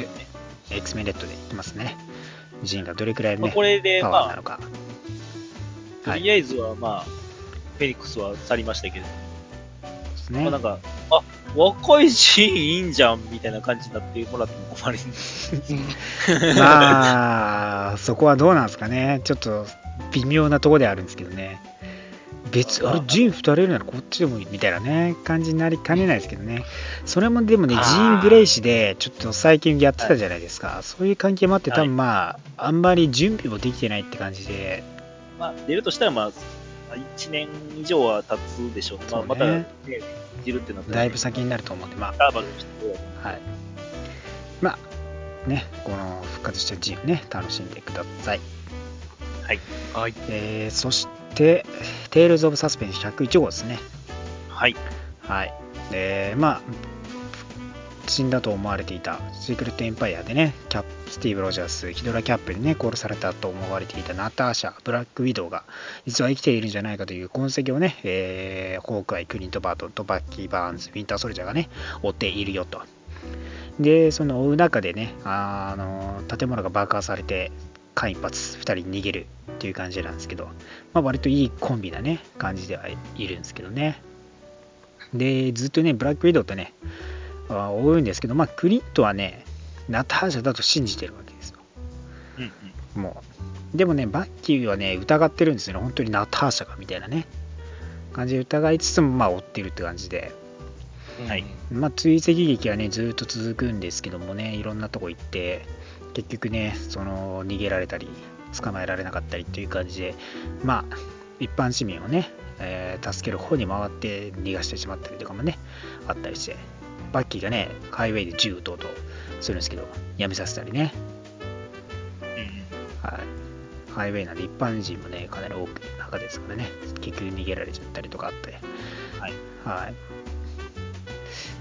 X メンレッドでいきますね。ジーンがどれくらいね、まあ、 これでパワーなのか、 まあ、とりあえずはまあ、はい、フェニックスは去りましたけど、 ですね、 まあ、なんかあ若いジーンいいんじゃんみたいな感じになってもらっても困るんでまあそこはどうなんですかね、ちょっと微妙なところであるんですけどね、別あれジーンふたりいるならこっちでもいいみたいなね感じになりかねないですけどね、それもでもねジーン・グレイ氏でちょっと最近やってたじゃないですか、はい、そういう関係もあって多分まあ、はい、あんまり準備もできてないって感じで、 まあ出るとしたらまあいちねん以上は経つでしょうね、まあ、またね出るってなったら、 だいぶ先になると思うんで、まあ、はい、まあねこの復活したジーンね楽しんでください。 はい、 はい、えー、そしてテイルズ・オブ・サスペンスひゃくいち号ですね。 はい、 はい、えー、まあ死んだと思われていたシークレット・エンパイアでねキャップスティーブ・ロジャースヒドラ・キャップにね殺されたと思われていたナターシャ・ブラック・ウィドウが実は生きているんじゃないかという痕跡をね、えー、ホークアイ、クリント・バートンとバッキー・バーンズ、ウィンター・ソルジャーがね追っているよと。でその追う中でねあの建物が爆破されて間一髪ふたり逃げるっていう感じなんですけど、まあ、割といいコンビなね感じではいるんですけどね。でずっとねブラックウィドウとね追うんですけど、まあクリントはねナターシャだと信じてるわけですよ、うんうん、もうでもねバッキーはね疑ってるんですよね、本当にナターシャかみたいなね感じで疑いつつもまあ追ってるって感じで、はい、まあ追跡劇はねずっと続くんですけどもね、いろんなとこ行って結局ねその逃げられたり捕まえられなかったりっていう感じで、まあ一般市民をね、えー、助ける方に回って逃がしてしまったりとかもねあったりして、バッキーがねハイウェイで銃撃とうとするんですけどやめさせたりね、うん、はい、ハイウェイなんで一般人もねかなり多くいる中ですからね結局逃げられちゃったりとかあって、はい、はい、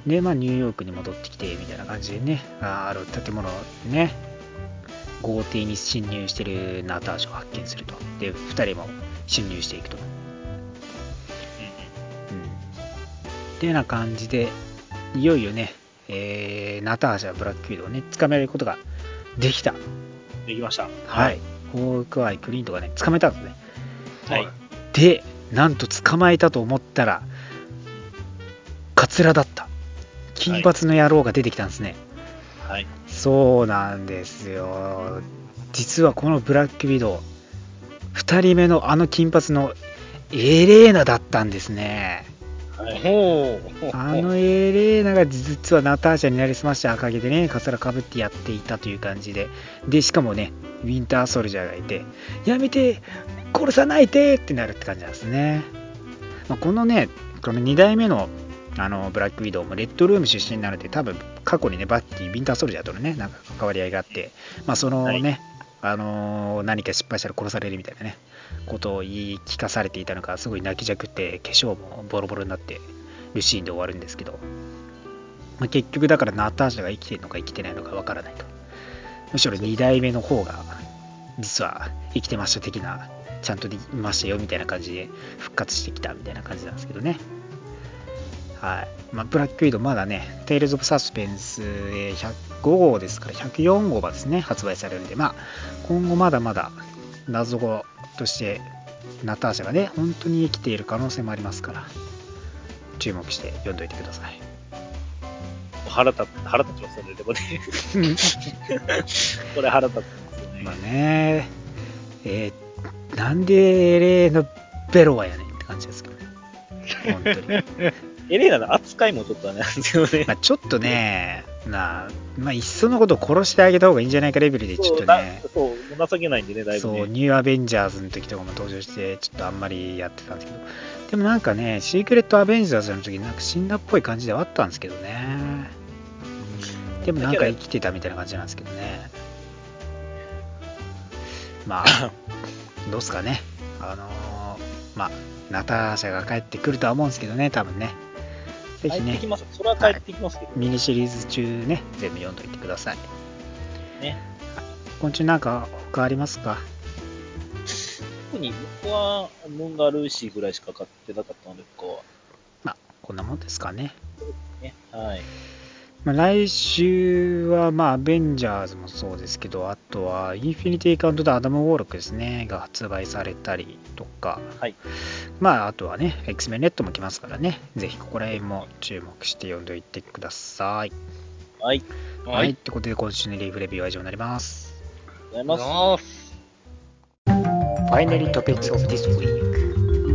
でまあニューヨークに戻ってきてみたいな感じでね、あ, ある建物ね豪邸に侵入しているナターシャを発見すると。でふたりも侵入していくと、うんうん、っていうような感じでいよいよね、えー、ナターシャブラックウィドウをね捕まえることができたできました。 はい、ホークアイクリントがね捕まえたんですね。 はい、 でなんと捕まえたと思ったらカツラだった、金髪の野郎が出てきたんですね。はい、そうなんですよ、実はこのブラックウィドウふたりめのあの金髪のエレーナだったんですね。はい、あのエレーナが実はナターシャになりすました赤毛でねカツラかぶってやっていたという感じで、でしかもねウィンターソルジャーがいてやめて殺さないでってなるって感じなんですね。まあ、このねこのにだいめのあのブラックウィドウもレッドルーム出身なので多分過去にねバッキーウィンターソルジャーとのねなんか関わり合いがあって、まあそのね、はいあのー、何か失敗したら殺されるみたいなねことを言い聞かされていたのかすごい泣きじゃくって化粧もボロボロになってるシーンで終わるんですけど、まあ、結局だからナターシャが生きてるのか生きてないのかわからないと、むしろにだいめの方が実は生きてました的なちゃんとできましたよみたいな感じで復活してきたみたいな感じなんですけどね。はい、まあ、ブラックウィドウまだねテイルズ・オブ・サスペンスひゃくご号ですからひゃくよん号がですね発売されるんで、まあ今後まだまだ謎語としてナターシャがね本当に生きている可能性もありますから注目して読んどいてください。 腹立腹立ちますよねでもねこれ腹立つんですよね。 まあねえー、なんでエレーナベロワやねんって感じですけどね本当にエレーナの扱いもちょっとあれなんですよね。 まあちょっとね、なまあ、いっそのことを殺してあげた方がいいんじゃないかレベルでちょっとね、 そう、そう情けないんでね、だいぶね。 そう、ニューアベンジャーズの時とかも登場して、ちょっとあんまりやってたんですけど、でもなんかね、シークレットアベンジャーズの時になんか死んだっぽい感じではあったんですけどね。でもなんか生きてたみたいな感じなんですけどね。 まあどうすかね、あのー、まあナターシャが帰ってくるとは思うんですけどね、多分ね。ぜひね、 帰ってきます。それは帰ってきますけど、はい、 ミニシリーズ中ね、全部読んどいてください。 ね。 今週なんか他ありますか？ 特に僕はムーンガルーシーぐらいしか買ってなかったので、他は。 まあこんなもんですかね。 ね、はい。 まあ、来週は、まあ、アベンジャーズもそうですけど、あとは、インフィニティカウントとアダム・ウォーロックですね、が発売されたりとか、 はい。 まあ、あとはね、X メンネットも来ますからね、ぜひここら辺も注目して読んでおいてください。 はい。 はい。はい、ということで、今週のリーフレビューは以上になります。 ありがとうございます。 Finally topics of this week.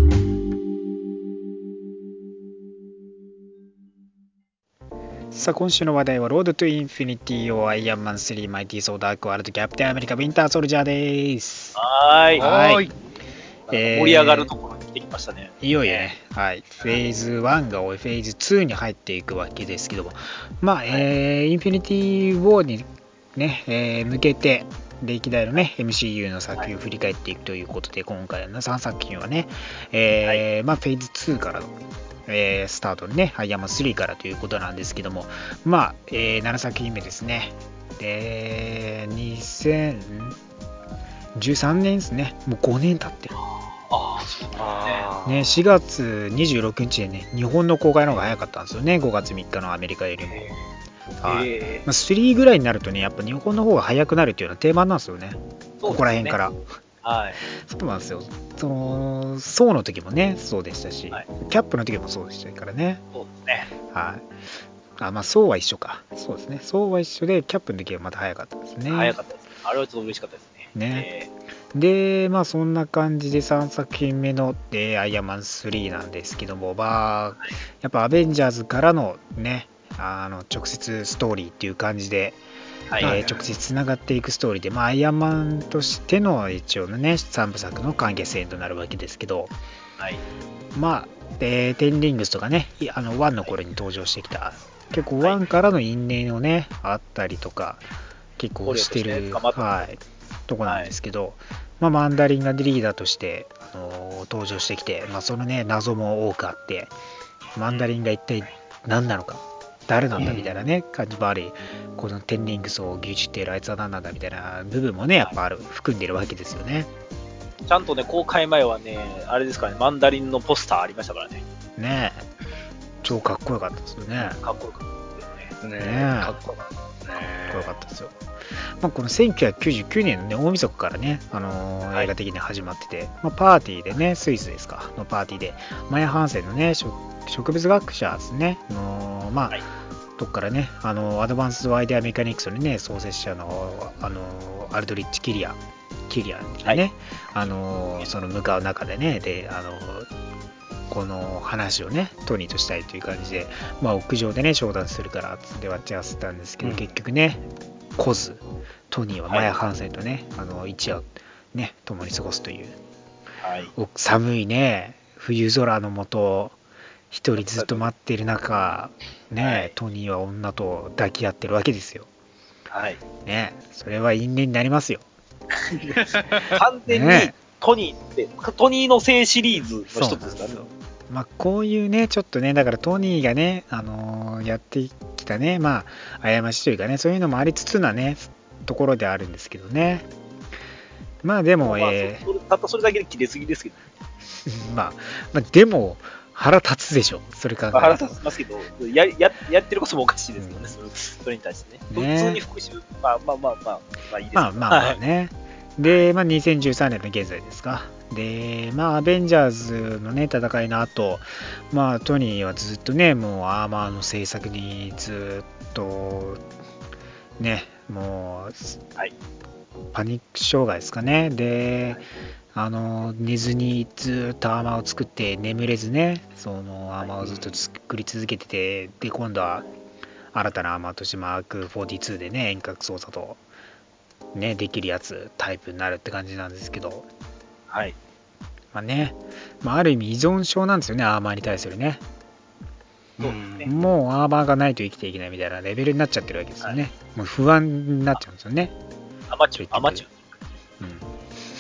さあ今週の話題はロードトゥインフィニティをアイアンマンスリーマイティーソーダークワールドキャプテンアメリカウィンターソルジャーです。 はーい。 はい。 えー、盛り上がるところに来てきましたね。 いよいよね、はい、フェーズワンが終えフェーズツーに入っていくわけですけども、まあ、はい、えー、インフィニティウォーにね、えー、向けて歴代のね エムシーユー の作品を振り返っていくということで、今回のさんさく品はね、えーはい、まあ、フェーズツーからのえー、スタートにね、アイアンマンスリーからということなんですけども、まあ、えー、ななさく品目ですね。で、にせんじゅうさんねんですね。もうごねん経ってる。 ああ、そうだね。ね、しがつにじゅうろくにちでね、日本の公開の方が早かったんですよね。ごがつみっかのアメリカよりも。はい。まあ、スリーぐらいになるとね、やっぱ日本の方が早くなるっていうのは定番なんですよね。ここら辺から。 はい。 そうなんですよ。その、ソーの時もね、そうでしたし、はい、キャップの時もそうでしたからね。 そうですね。 はい。あ、まあ、ソーは一緒か。そうですね。ソーは一緒で、キャップの時はまた早かったですね。 早かったです。あれはちょっと嬉しかったですね。 ね。えー、で、まあ、そんな感じでさんさく品目の、えー、アイアンマンスリーなんですけども、まあ、はい、やっぱアベンジャーズからのね、あの、直接ストーリーっていう感じで、はいはいはい、えー、直接つながっていくストーリーで、まあ、アイアンマンとしての一応のねさんぶさくの完結編となるわけですけど、はい、まあ、えー、テンリングスとかねあのワンの頃に登場してきた結構ワンからの因縁をね、はい、あったりとか結構してる、はい、とこなんですけど、はい、まあ、マンダリンがリーダーとして、あのー、登場してきて、まあ、そのね謎も多くあってマンダリンが一体何なのか誰なんだみたいなね、感じもあり、このテンリングスを牛耳っているあいつは何なんだみたいな部分もね、やっぱある、含んでるわけですよね。 ちゃんとね、公開前はね、あれですかね、マンダリンのポスターありましたからね。 ねえ、超かっこよかったですよね。 かっこよかったですね。ねえ、かっこよかったね。かっこよかったですよ。まあ、このせんきゅうひゃくきゅうじゅうきゅうねんのね、大晦日からね、あのー、映画的に始まってて、まあ、パーティーでね、スイスですか、のパーティーで、マヤ・ハンセンのね、植物学者ですね、のまあ、はい、とこからね、あのアドバンスドアイデアメカニクスのね、創設者のあのアルドリッチ・キリア、キリアにね、はい、あのその向かう中でね、で、あのこの話をね、トニーとしたいという感じで、まあ、屋上でね、商談するからつって待ち合わせたんですけど、うん、結局ね、来ず、トニーはマヤ・ハンセンとね、はい、あの一夜ね、共に過ごすという、はい、寒いね、冬空の下、一人ずっと待っている中、ね、はい、トニーは女と抱き合ってるわけですよ。 はい。 ね、それは因縁になりますよ。 完全にトニーって、ね、トニーの性シリーズの一つですからね。 まあ、こういうね、ちょっとね、だからトニーがね、あのー、やってきたね、まあ、過ちというかね、そういうのもありつつなね、ところであるんですけどね。まあでも、 まあ、 えー、たったそれだけで切れすぎですけど。 まあ、まあ、でも、腹立つでしょ、それ考えると。 腹立ちますけど、やややってることもおかしいですけどね、うん、それに対してね。ね、普通に復讐、まあまあまあまあ、まあいいですけど。 まあまあまあね。で、まあ、にせんじゅうさんねんの現在ですか。で、まあ、アベンジャーズのね、戦いの後、まあ、トニーはずっとね、もうアーマーの制作にずっと、ね、もう、はい、パニック障害ですかね。で、はい、あの寝ずにずっとアーマーを作って眠れずね、そのアーマーをずっと作り続けてて、で今度は新たなアーマーとしてマークよんじゅうにでね、遠隔操作とねできるやつタイプになるって感じなんですけど、 はい、 まあね、まあ、ある意味依存症なんですよね、アーマーに対するね。 そうですね、 もうアーマーがないと生きていけないみたいなレベルになっちゃってるわけですよね。はい、もう不安になっちゃうんですよね。 アマチュア、アマチュア。 うん。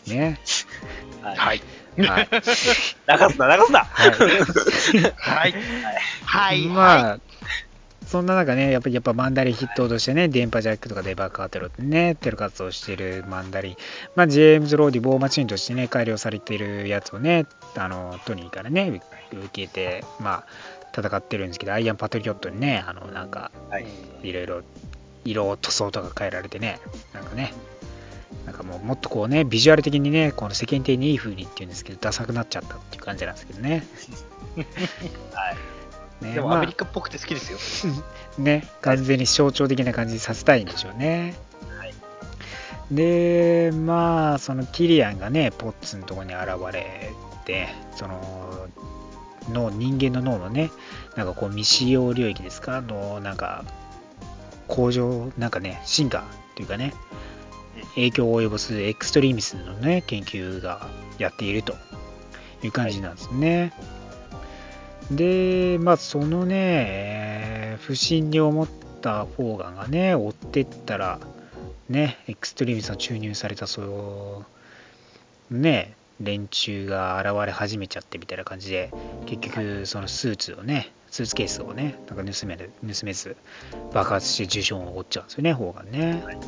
ね。 はい。 はい。 はい。 流すな、流すな。 はい。はい。はい。 まあ、そんな中ね、やっぱりやっぱマンダリン筆頭としてね、電波ジャックとかデバーカーテロってね、テロ活動しているマンダリン、まあ、ジェームズ・ローディ・ボーマチンとしてね、改良されているやつをね、あのトニーからね、受けて、まあ、戦ってるんですけど、アイアン・パトリオットにね、あのなんか、はい、いろいろ色、塗装とか変えられてね、なんかね、なんかもうもっとこうね、ビジュアル的にね、この世間的にいい風にっていうんですけど、ダサくなっちゃったっていう感じなんですけどね。 はい。 ね、でもアメリカっぽくて好きですよ。 まあ、ね、完全に象徴的な感じにさせたいんでしょうね。はい、で、まあ、そのキリアンがね、ポッツのところに現れて、その脳、人間の脳のね、なんかこう未使用領域ですかの、なんか、向上、なんかね、進化というかね、影響を及ぼすエクストリーミスのね、研究がやっているという感じなんですね。はい、で、まあ、そのね、不審に思ったフォーガンがね、追ってったら、ね、エクストリーミスの注入された、そう、ね、連中が現れ始めちゃってみたいな感じで、結局、そのスーツをね、スーツケースをね、なんか盗める、盗めず、爆発して重傷を負っちゃうんですよね、フォーガンね。はい、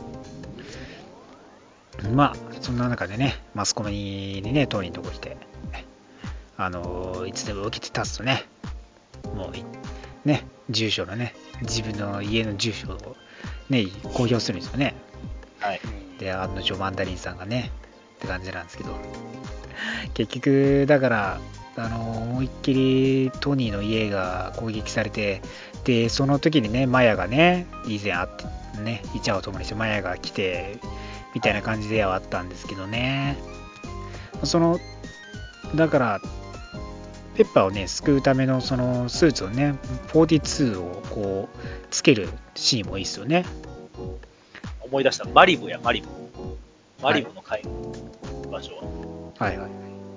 まあ、そんな中でね、マスコミにね、トニーのとこ来て、あのいつでも起きて立つとね、もうね、住所のね、自分の家の住所をね、公表するんですよね。はい。で、あのジョマンダリンさんがね、って感じなんですけど、結局、だから、あの思いっきりトニーの家が攻撃されて、で、その時にね、マヤがね、以前会ってね、イチャを共にしてマヤが来て、みたいな感じではあったんですけどね、その、だから、ペッパーをね、救うためのそのスーツをね、よんじゅうにをこう、つけるシーンもいいですよね。 思い出した、マリブや、マリブ。マリブの会の場所は。はいはい。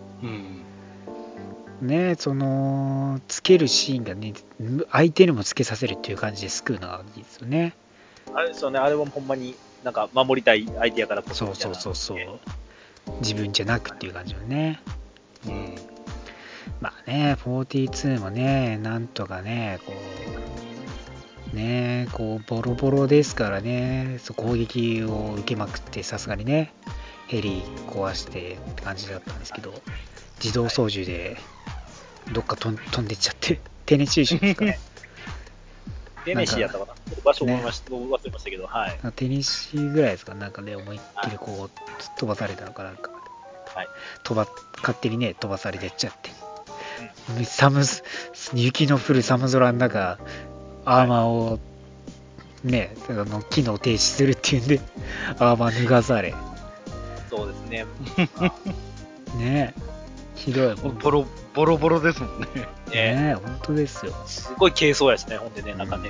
うん。ね、その、つけるシーンがね、相手にもつけさせるっていう感じで救うのがいいですよね。 あれですよね、あれはほんまになんか守りたい相手やからこそみたいな。 そうそうそうそう。自分じゃなくっていう感じよね。うん。まあね、よんじゅうにもね、なんとかね、こう、ね、こう、ボロボロですからね、そう攻撃を受けまくって、さすがにね、ヘリ壊してって感じだったんですけど、自動操縦でどっか飛んでっちゃって、テネシー州ですかね。 テネシーやったかな、場所思いました、ね、忘れましたけど、はい。 テネシーぐらいですか、なんかね、思いっきりこう、飛ばされたのかなんか、はい、飛ば勝手にね、飛ばされてっちゃって。寒雪の降る寒空の中、アーマーをね、あの機能停止するっていうんで、アーマー脱がされ。 そうですね。 ねひどい。 ボロボロボロですもんね。 ね本当ですよ。 すごい軽装やしね、ほんでね、なんかね。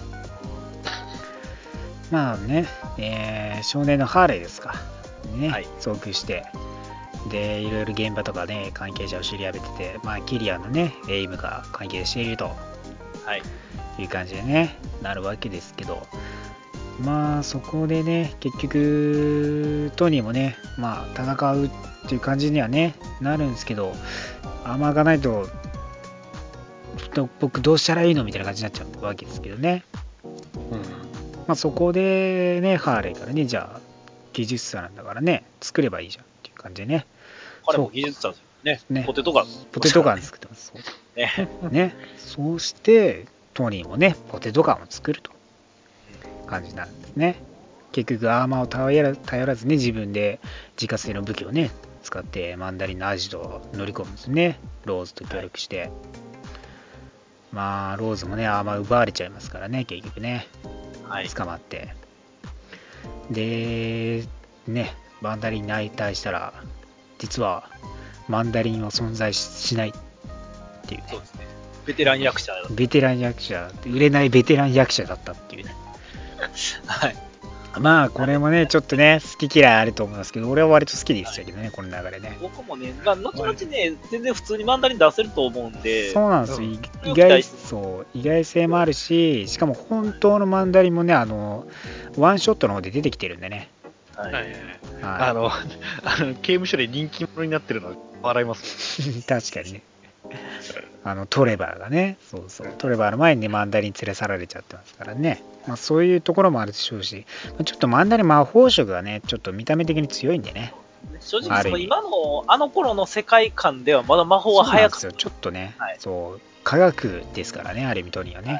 まあね、えー、少年のハーレーですか。ね、はい、遭遇して。でいろいろ現場とかね関係者を知り合ってて、まあ、キリアンのねエイムが関係していると、はい、いう感じでねなるわけですけど、まあそこでね結局トニーもねまあ戦うっていう感じにはねなるんですけど、アーマーがないと僕どうしたらいいのみたいな感じになっちゃうわけですけどね、うんまあ、そこでねハーレーからねじゃあ技術者なんだからね作ればいいじゃんっていう感じでね、 彼も技術者ですよね。ポテトガン。 ポテトガン作ってます。ね。ね。そうして、トニーもね、ポテトガンを作ると感じなんですね。結局、アーマーを頼ら頼らずに自分で自家製の武器をね、使ってマンダリンのアジトを乗り込むんですね。ローズと協力して。はい、まあ、ローズもね、アーマー奪われちゃいますからね、結局ね。はい、捕まって。で、ね、マンダリンに相対したら、実はマンダリンは存在しないっていうね。 そうですね。ベテラン役者だった。 ベテラン役者、売れないベテラン役者だったっていうね。はい。まあこれもねちょっとね好き嫌いあると思いますけど、俺は割と好きでしたけどね、はい、この流れね。 僕もね、まあ、後々ね全然普通にマンダリン出せると思うんで。 そうなんですよ。意外そう意外性もあるし、しかも本当のマンダリンもねあのワンショットの方で出てきてるんでね。 はいはいはい、あのあの刑務所で人気者になってるのは笑います確かにね。あのトレバーがね、そうそう、トレバーの前に、ね、マンダリン連れ去られちゃってますからね、まあ、そういうところもあるでしょうし、ちょっとマンダリン魔法色がね、ちょっと見た目的に強いんでね。 正直その今のあの頃の世界観ではまだ魔法は早くそうなんですよ、ちょっとね、はい、そう科学ですからね、ある意味トニーはね、はい、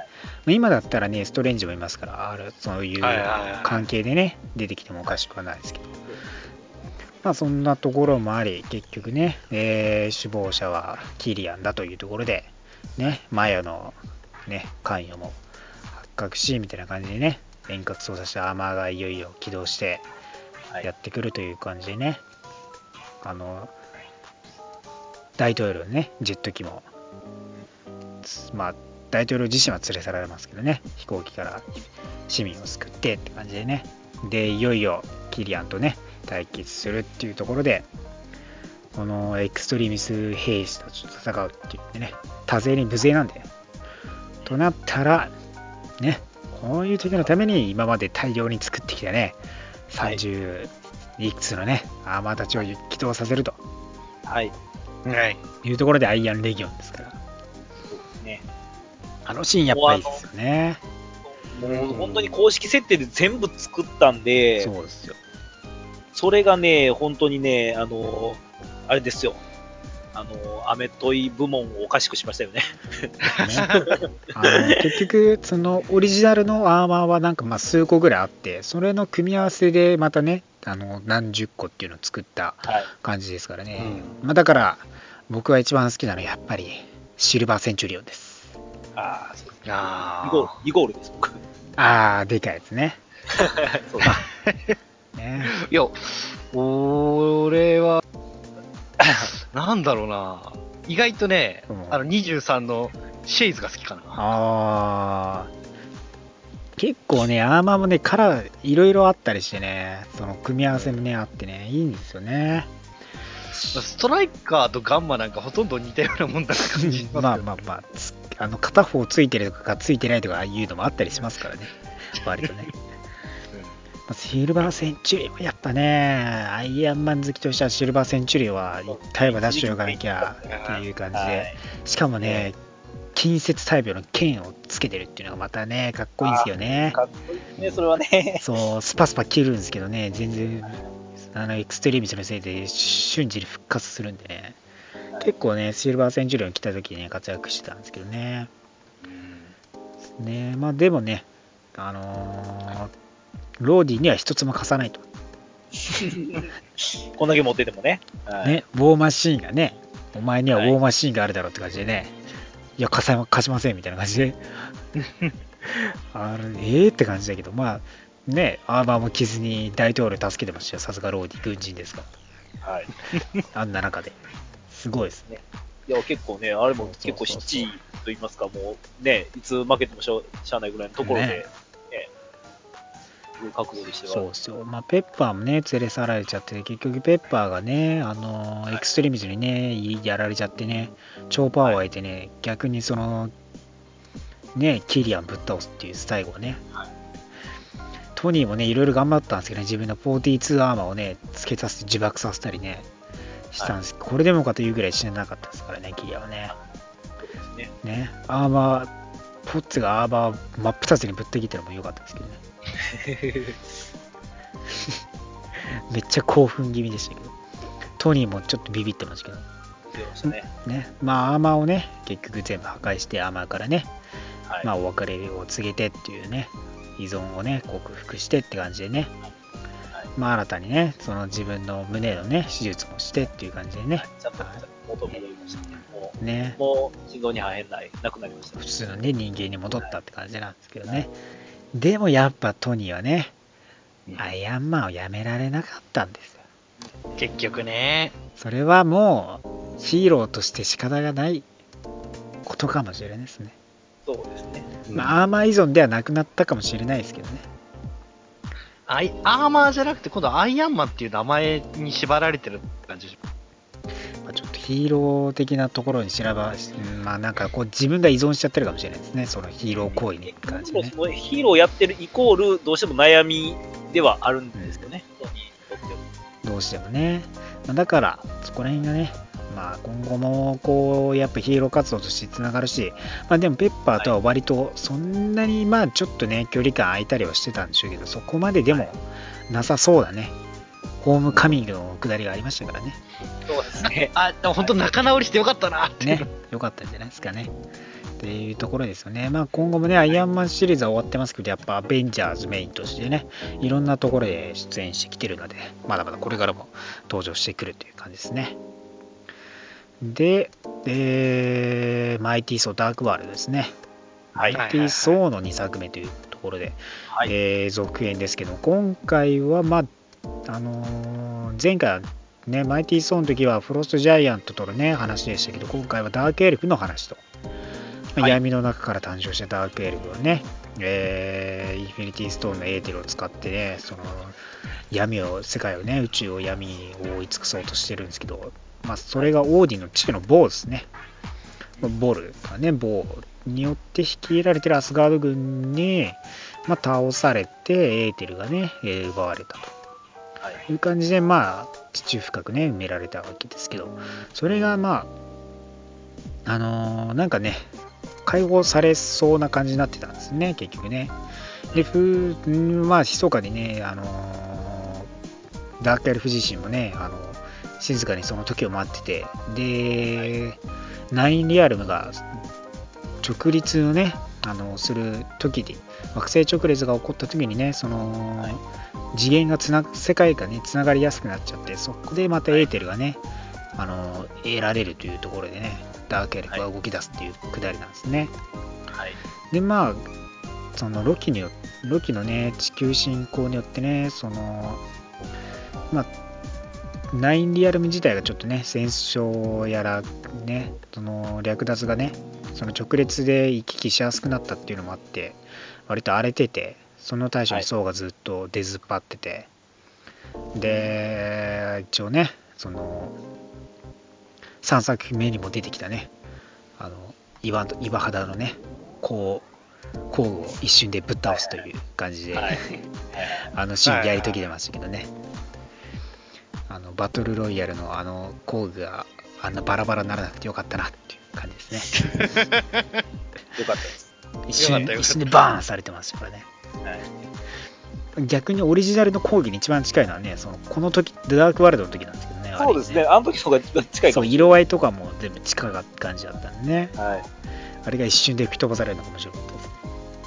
今だったらねストレンジもいますから、あるそういう関係でね出てきてもおかしくはないですけど、まあそんなところもあり、結局ね、えー、首謀者はキリアンだというところでね、マヤのね関与も発覚しみたいな感じでね、遠隔操作したアーマーがいよいよ起動してやってくるという感じでね、あの大統領のねジェット機も、まあ大統領自身は連れ去られますけどね、飛行機から市民を救ってって感じでね、でいよいよキリアンとね対決するっていうところで、このエクストリミス兵士たちと戦うっていってね、多勢に無勢なんでとなったらね、こういう時のために今まで大量に作ってきたねさんじゅういくつのねアーマーたちを起動させると、 はい、 はい、いうところでアイアンレギオンですから、 そうですね、 あのシーンやっぱりいいですよね。 もう本当に公式設定で全部作ったんで、 そうですよ。 それがね、本当にね、あの、あれですよ。あの、アメトイ部門をおかしくしましたよね。 あの結局、そのオリジナルのアーマーはなんかまあ数個ぐらいあって、それの組み合わせでまたね、あの何十個っていうのを作った感じですからね。はい、まあ、だから僕が一番好きなのはやっぱりシルバーセンチュリオンです。 ああ、そうですね。あイゴールです、僕。 ああ、でかいですね。 そうだね、いや、俺は、なんだろうな、意外とね、うん、あのにじゅうさんのシェイズが好きかな。 あ結構ね、アーマーもね、カラーいろいろあったりしてね、その組み合わせもね、あってね、いいんですよね。 ストライカーとガンマなんかほとんど似たようなもんだった感じしますよね。 まあまあまあ、あの片方ついてるとかついてないとかいうのもあったりしますからね、割とね。シルバーセンチュリーはやっぱね、アイアンマン好きとしてはシルバーセンチュリーは一体は出しておかなきゃっていう感じで、しかもね、近接大病の剣をつけてるっていうのがまたね、かっこいいんですよね。 かっこいいですね、それはね。 そう、スパスパ切るんですけどね、全然、あのエクストリーミスのせいで瞬時に復活するんでね、結構ね、シルバーセンチュリーを着た時にね、活躍してたんですけどね。ね、まあでもね、あのー、ローディには一つも貸さないと。 こんだけ持っててもね。 はい、ね、ウォーマシーンがね、お前にはウォーマシーンがあるだろうって感じでね、はい、いや貸さ、貸しませんみたいな感じで、あれ、えーって感じだけど、まあ、ね、アーマーも着ずに大統領助けてましたよ、さすがローディ、軍人ですから。はい。あんな中で。すごいですね。 いや、結構ね、あれも結構七位と言いますか、もうね、いつ負けてもしゃあないぐらいのところで、ね。ね覚悟でしたそうですよ、まあ、ペッパーもね連れ去られちゃって、結局ペッパーがね、あの、はい、エクストリームズにねやられちゃってね、超パワーを得てね、はい、逆にそのねキリアンぶっ倒すっていう最後ね、はい、トニーもねいろいろ頑張ったんですけどね、自分のフォーティーツーアーマーをねつけさせて自爆させたりねしたんです、はい、これでもかというぐらい死ねなかったですからね、キリアンはね。そうですね。ね、アーマーポッツがアーマー真っ二つにぶった切ったのも良かったですけどね。めっちゃ興奮気味でしたけど、トニーもちょっとビビってましたけど、ねね、まあアーマーをね結局全部破壊して、アーマーからね、はい、まあお別れを告げてっていうね、依存をね克服してって感じでね、はい、まあ新たにねその自分の胸のね手術もしてっていう感じでね、はい、 ちゃんと元戻りましたね。もうね、もう心臓に破片ないなくなりました、ね、 普通のね人間に戻ったって感じなんですけどね、はい、でもやっぱトニーはね、アイアンマンをやめられなかったんですよ。 結局ね。 それはもうヒーローとして仕方がないことかもしれないですね。 そうですね。 まあ、アーマー依存ではなくなったかもしれないですけどね。 アイアーマーじゃなくて今度はアイアンマンっていう名前に縛られてる感じ。 まあ、ちょっとヒーロー的なところに調べ、まあなんかこう自分が依存しちゃってるかもしれないですね、そのヒーロー行為に感じね。 ヒーローやってるイコールどうしても悩みではあるんですよね。 どうしてもね。だからそこら辺がね、まあ、今後もこうやっぱヒーロー活動としてつながるし、まあ、でもペッパーとは割とそんなにまあちょっとね距離感空いたりはしてたんでしょうけど、そこまででもなさそうだね。ホームカミングの下りがありましたからね。 そうですね。あ、でも本当仲直りしてよかったなってね、よかったんじゃないですかね。っていうところですよね。まあ今後もね、アイアンマンシリーズは終わってますけど、やっぱアベンジャーズメインとしてね、いろんなところで出演してきてるので、まだまだこれからも登場してくるという感じですね。で、えー、マイティー・ソーダークワールドですね。マイティー・ソーのにさくめというところで、はい、えー、続編ですけど、今回は、まあ、あのー、前回はね、マイティー・ソーの時はフロスト・ジャイアントとのね、話でしたけど、今回はダークエルフの話と、はい、闇の中から誕生したダークエルフをね、えー、インフィニティ・ストーンのエーテルを使ってね、その闇を、世界をね、宇宙を闇に覆い尽くそうとしてるんですけど、まあ、それがオーディンの父のボーですね。ボルがね、ボーによって率いられてるアスガード軍に、まあ、倒されて、エーテルがね、奪われたという感じで、まあ、地中深くね、埋められたわけですけど、それがまあ、あのー、なんかね、解放されそうな感じになってたんですね、結局ね。で、ふまあ、密かにね、あのー、ダークエルフ自身もね、あのー静かにその時を待ってて、でナインリアルムが直立をねあのする時に惑星直列が起こった時にねその、はい、次元がつな世界がねつながりやすくなっちゃって、そこでまたエーテルがねあの得られるというところでねダークエルフが動き出すっていうくだりなんですね、はい、でまあそのロキによロキのね地球侵攻によってねそのまあナインリアルム自体がちょっとね戦争やらねその略奪がねその直列で行き来しやすくなったっていうのもあって割と荒れてて、その対処にソウがずっと出ずっぱってて、はい、で一応ねそのさんさくめにも出てきたねあの岩岩肌のねこう工具を一瞬でぶっ倒すという感じで、はい、あのシーンやり遂げてましたけどね、はいはいはい、あのバトルロイヤルのあの工具があんなバラバラにならなくてよかったなっていう感じですね。 よかったです。 一瞬一瞬でバーンされてますよこれね、はい。逆にオリジナルの工具に一番近いのはね、そのこの時ダークワールドの時なんですけどね。 そうですね。あの時の方が近いかもしれない。 そう色合いとかも全部近かった感じだったんでね。はい。あれが一瞬で吹き飛ばされるのが面白かったです。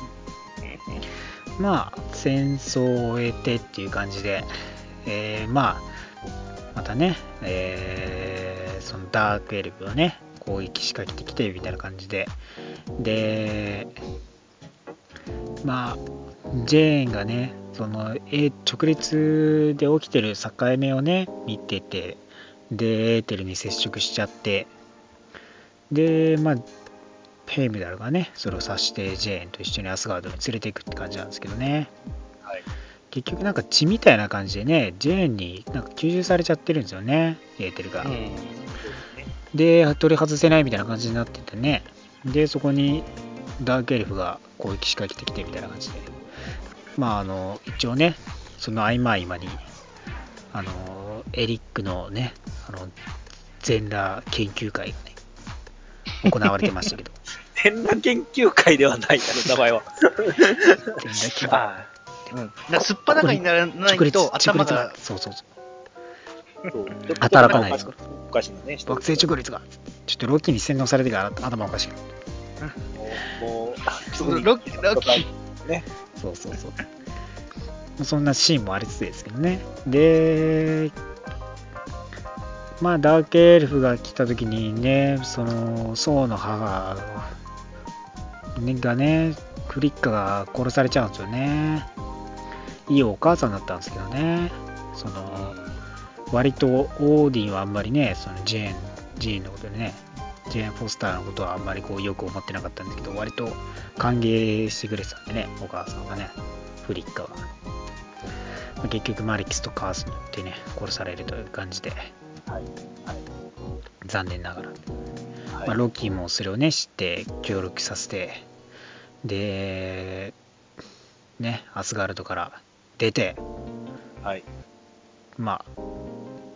まあ戦争を終えてっていう感じで、えー、まあまたね、えー、そのダークエルフをね攻撃仕掛けてきてみたいな感じで、でまあジェーンがねその直列で起きてる境目をね見てて、でエーテルに接触しちゃって、でまあヘイムダルがねそれを察してジェーンと一緒にアスガードに連れていくって感じなんですけどね、はい、結局なんか血みたいな感じでねジェーンになんか吸収されちゃってるんですよねエーテルが、うん、で取り外せないみたいな感じになっててね、でそこにダークエルフが攻撃仕掛けてきてみたいな感じで、まああの一応ねその合間合間にあのエリックのねあの全裸研究会がね行われてましたけど全裸研究会ではないあの名前は全裸研究会うん、だすっぱだかにならないと頭がそうそうそう働かないですからおかしいね惑星直列がちょっとロッキーに洗脳されてから頭おかしいなもうロッキーロッキーねそうそうそうそんなシーンもありつつですけどね。でまあダークエルフが来た時にねそのソウの母がねクリッカが殺されちゃうんですよね。いいお母さんだったんですけどね、その割とオーディンはあんまりねそのジェーンジーンのことでねジェーン・フォスターのことはあんまりこうよく思ってなかったんですけど、割と歓迎してくれてたんでねお母さんがねフリッカは、まあ、結局マリキスとカースによってね殺されるという感じで、はいはい、残念ながら、はいまあ、ロキもそれをね知って協力させて、でねアスガルドから出て、はい、まあ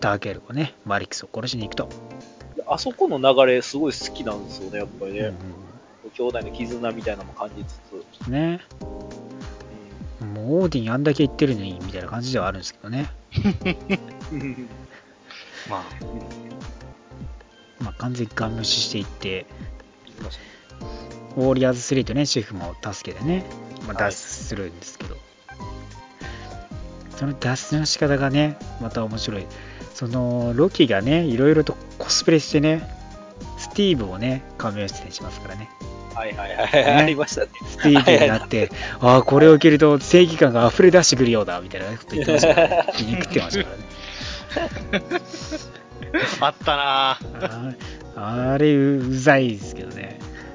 ダーケールがね、マリックスを殺しに行くと。 あそこの流れすごい好きなんですよね、やっぱりね。うんうん、兄弟の絆みたいなのも感じつつ。ね。 うん、もうオーディンあんだけ言ってるのにみたいな感じではあるんですけどね。まあ、まあ、完全にガン無視していって、ウォーリアーズスリーとね、シェフも助けてね、まあ、脱出するんですけど、はい、その脱出の仕方がね、また面白い。そのロキがね、いろいろとコスプレしてね、スティーブをね、仮面出演しますからね。 はいはいはい、ね、ありましたね。 スティーブになって、ああ、これを着ると正義感が溢れ出してくるようだみたいなこと言ってましたからね。気に食ってましたからね。 あったなぁ。あれうざいですけどね。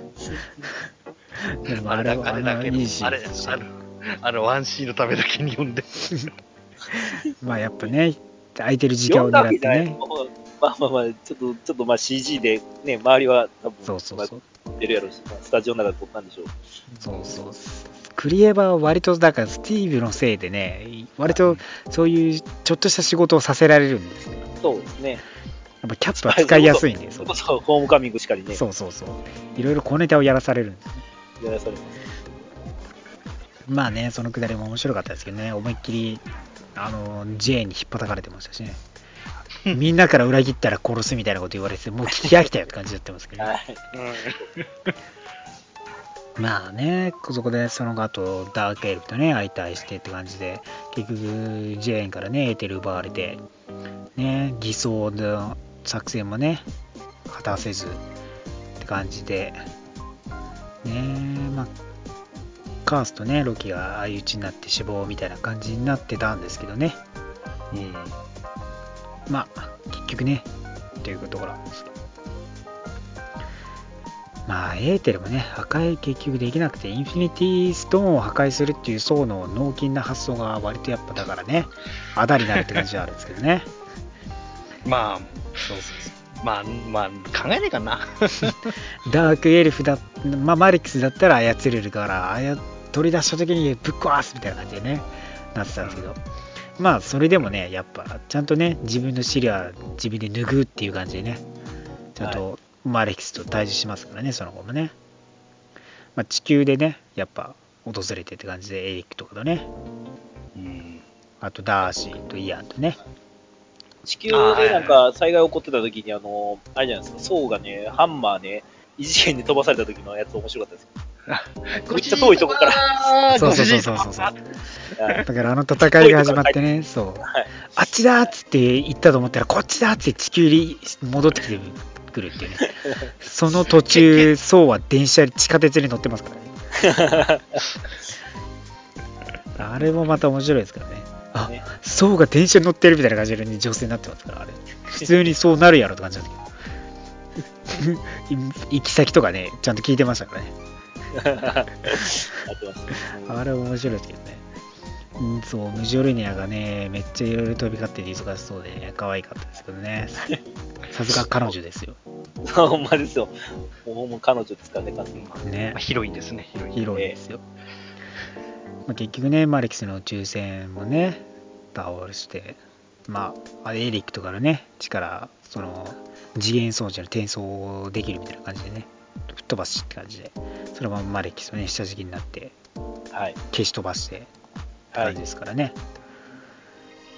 でもあれはあのいいシーンですし、 あのあのワンシーンのためだけに読んで。 まあやっぱね、空いてる時間を狙ってね。 まあまあまあ、ちょっと、ちょっとまあ シージー でね、周りは多分、 そうそうそう。 出るやろうし、スタジオの中で撮ったんでしょう。 そうそう。クリエバは割と、だからスティーブのせいでね、割とそういうちょっとした仕事をさせられるんですね。 そうですね。 やっぱキャップは使いやすいんで、 そう。そう、ホームカミングしかりね。 そうそうそう。いろいろ小ネタをやらされるんですね。 やらされます。 まあね、そのくだりも面白かったですけどね、思いっきり、あの、ジェーンに引っ叩かれてましたしね。みんなから裏切ったら殺すみたいなこと言われて、もう聞き飽きたよって感じになってますけどね。はいうん、まあね、そこでその後、ダークエルフとね、相対してって感じで、結局、ジェーンからね、エーテル奪われて、ね、偽装の作戦もね、果たせずって感じで、ね、まあ、カースとね、ロキが相打ちになって死亡みたいな感じになってたんですけどね。うん、まあ、結局ね、というところなんですけど。まあ、エーテルもね、破壊結局できなくて、インフィニティストーンを破壊するっていう層の脳筋な発想が割とやっぱだからね、あだになるって感じはあるんですけどね。 まあ、そうそうそう。まあ、まあ、考えねえかな。 ダークエルフだ、まあ、マリックスだったら操れるから、あや取り出した時にぶっ壊すみたいな感じでね、なってたんですけど。うん、まあ、それでもね、やっぱ、ちゃんとね、自分の資料は自分で拭うっていう感じでね、ちゃんとマリックスと対峙しますからね、その後もね。まあ、地球でね、やっぱ、訪れてって感じで、エリックとかとね、うん、あと、ダーシーとイアンとね。 地球でなんか災害起こってた時に、あの、あれじゃないですか、ソウがね、ハンマーね、異次元に飛ばされた時のやつ面白かったです。めっちゃ遠いとこから。 そうそうそうそうそう。だからあの戦いが始まってね、そう。はい、あっちだっつって言ったと思ったら、こっちだっつって地球に戻ってきてくるっていうね。その途中、ソウは電車、地下鉄に乗ってますからね。あれもまた面白いですからね。あ、ね、ソウが電車に乗ってるみたいな感じで女性になってますから、あれ。普通にそうなるやろって感じなんですけど。行き先とかね、ちゃんと聞いてましたからね。あれ面白いですけどね。うん、そう、ムジョルニアがね、めっちゃいろいろ飛び交ってて忙しそうで、ね、可愛かったですけどね。さすが彼女ですよ。 ほんまですよ。もうもう彼女ですからね、完全に。 ね、まあ、ヒロインですね、ヒロイン。 ヒロインですよ。まあ、結局ね、マリキスの宇宙船もね、倒して、まあ、エリックとかのね、力、その、次元装置の転送できるみたいな感じでね、吹っ飛ばしって感じで、そのままマリキスのね、下敷きになって、はい、消し飛ばして、って感じですからね。はい、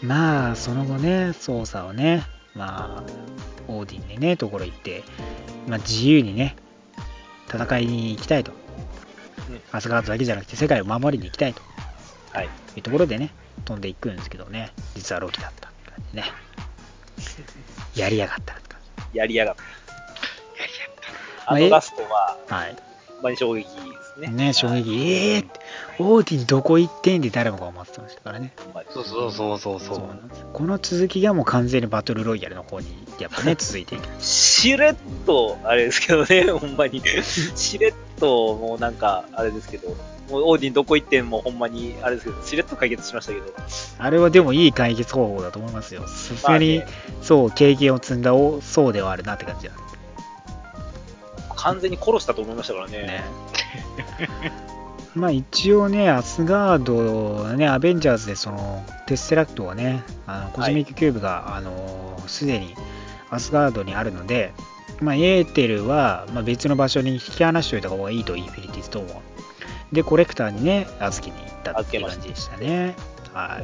まあ、その後ね、操作をね、まあ、オーディンのね、ところ行って、まあ、自由にね、戦いに行きたいと。アスガードだけじゃなくて世界を守りに行きたいと、はい、いうところでね飛んでいくんですけどね、実はロキだったって感じでねやりやがったって感じやりやがったやりやがったあのラストは、はい、ほんまに衝撃ですねね衝撃、えーってオーディンどこ行ってんで誰もが思ってましたからね。 そうそうそうそうそう。 この続きがもう完全にバトルロイヤルの方にやっぱね続いていくしれっとあれですけどね、ほんまにしれっともうなんかあれですけど、もうオーディンどこ行ってんもほんまにあれですけど、しれっと解決しましたけど、 あれはでもいい解決方法だと思いますよ。さすがに、まあね、そう経験を積んだそうではあるなって感じだ。 完全に殺したと思いましたからね。ねまあ一応ね、アスガード、ね、アベンジャーズでそのテッセラクトはね、あのコズミックキューブが、はい、あのすでにアスガードにあるので、まあ、エーテルは、まあ、別の場所に引き離しておいた方がいいと、インフィニティストーンを。で、コレクターにね、預けに行ったっていう感じでしたね。はい。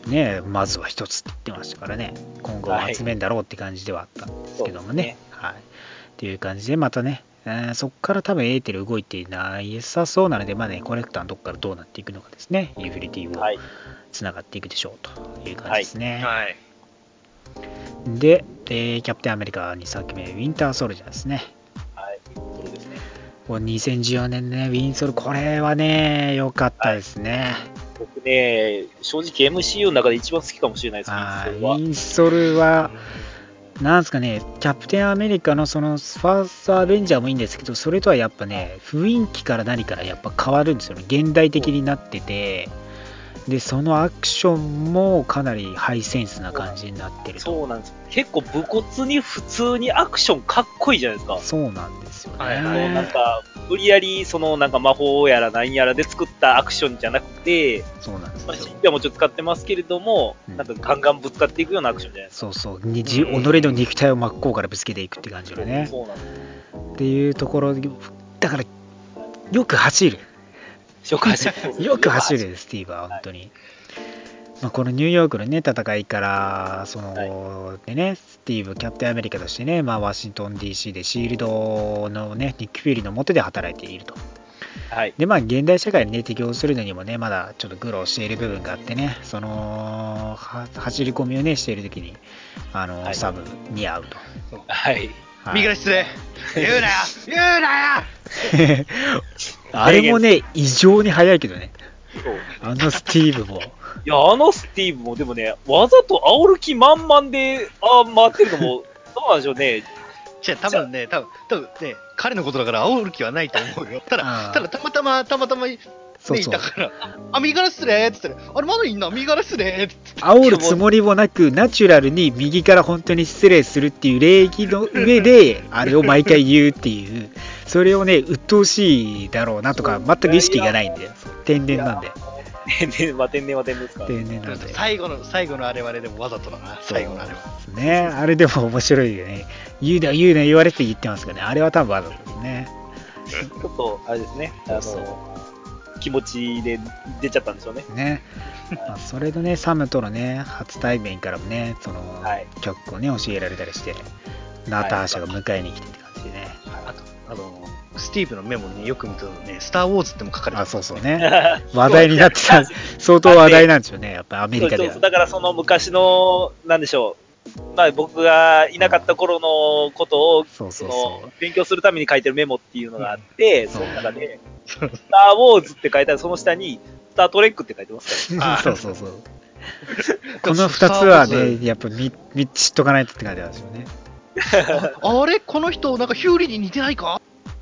ね、まずは一つって言ってましたからね、今後は集めんだろうって感じではあったんですけどもね。はい。っていう感じで、またね、えー、そこから多分エーテル動いてないさそうなので、まあね、コレクターのとこからどうなっていくのかですね、インフィニティをつながっていくでしょうという感じですね。はい。はい、で、えー、キャプテンアメリカにさくめ、ウィンターソルジャーですね。 はい、そうですね。 にせんじゅうよねんね、ウィンソル、これはね、良かったですね。はい、 僕ね、正直 エムシーユー の中で一番好きかもしれないです、ウィンソルは。なんですかね、キャプテンアメリカのそのファーストアベンジャーもいいんですけど、それとはやっぱね、雰囲気から何からやっぱ変わるんですよね。現代的になってて、でそのアクションもかなりハイセンスな感じになってると。 そうなんです。結構武骨に普通にアクションかっこいいじゃないですか。 そうなんですよね。 はいはい、なんか無理やりそのなんか魔法やら何やらで作ったアクションじゃなくて、 そうなんですよ。 まあ、シンピアもちょっと使ってますけれども、うん、なんかガンガンぶつかっていくようなアクションじゃないですか。 そうそう。にじ、己の肉体を真っ向からぶつけていくって感じよね。 そうなんです。 っていうところだからよく走る。よく走る。よく走るスティーブは本当に。はい、まあ、このニューヨークの、ね、戦いからその、はい、でね、スティーブキャプテンアメリカとしてね、まあ、ワシントン ディーシー でシールドの、ね、ニック・フューリーの下で働いていると。はい、でまあ現代社会に、ね、適応するのにもねまだちょっと苦労している部分があってね、その走り込みをねしている時にあの、はい、サムに会うと。 はい。はい、右から失礼。言うなよ言うなよあれもね異常に速いけどね。あのスティーブも。 いや、あのスティーブもでもね、わざと煽る気満々であ回ってるのも、どうなんでしょうね。 じゃあ多分ね、多分多分ね、彼のことだから煽る気はないと思うよ。ただ、ただたまたま、たまたま、ね、そうそういたから、あ、右から失礼って言ったら、あれまだいいな、右から失礼って。 煽るつもりもなく、ナチュラルに右から本当に失礼するっていう礼儀の上で、あれを毎回言うっていう、それをね、鬱陶しいだろうなとか、全く意識がないんで、天然なんで。 天然は天然は天然ですか。 天然なんで。 最後の、最後のあれはね、でもわざとだな、最後のあれは。 ね、あれでも面白いよね。言うな、言うな、言われて言ってますからね。あれは多分わざとですね。 ちょっと、あれですね、あの、気持ちで出ちゃったんでしょうね。 ね。まあ、それとね、サムとのね、初対面からもね、その、はい、曲をね、教えられたりして、ナターシャが迎えに来てって感じでね。 はい、あと、あの、スティーブのメモにね、よく見るとね、スター・ウォーズっても書かれてます、 ね。あ、そうそうね。話題になってた、相当話題なんですよね、やっぱアメリカでは。そうそう、 だからその昔の、なんでしょう、まあ僕がいなかった頃のことを、そうそうそう勉強するために書いてるメモっていうのがあって、うん、その中で、スター・ウォーズって書いてあるその下に、スター・トレックって書いてますから、ね。 そうそうそう。このふたつはね、やっぱ見、見知っとかないとって書いてあるんですよね。 あ, あれこの人、なんかヒューリーに似てないか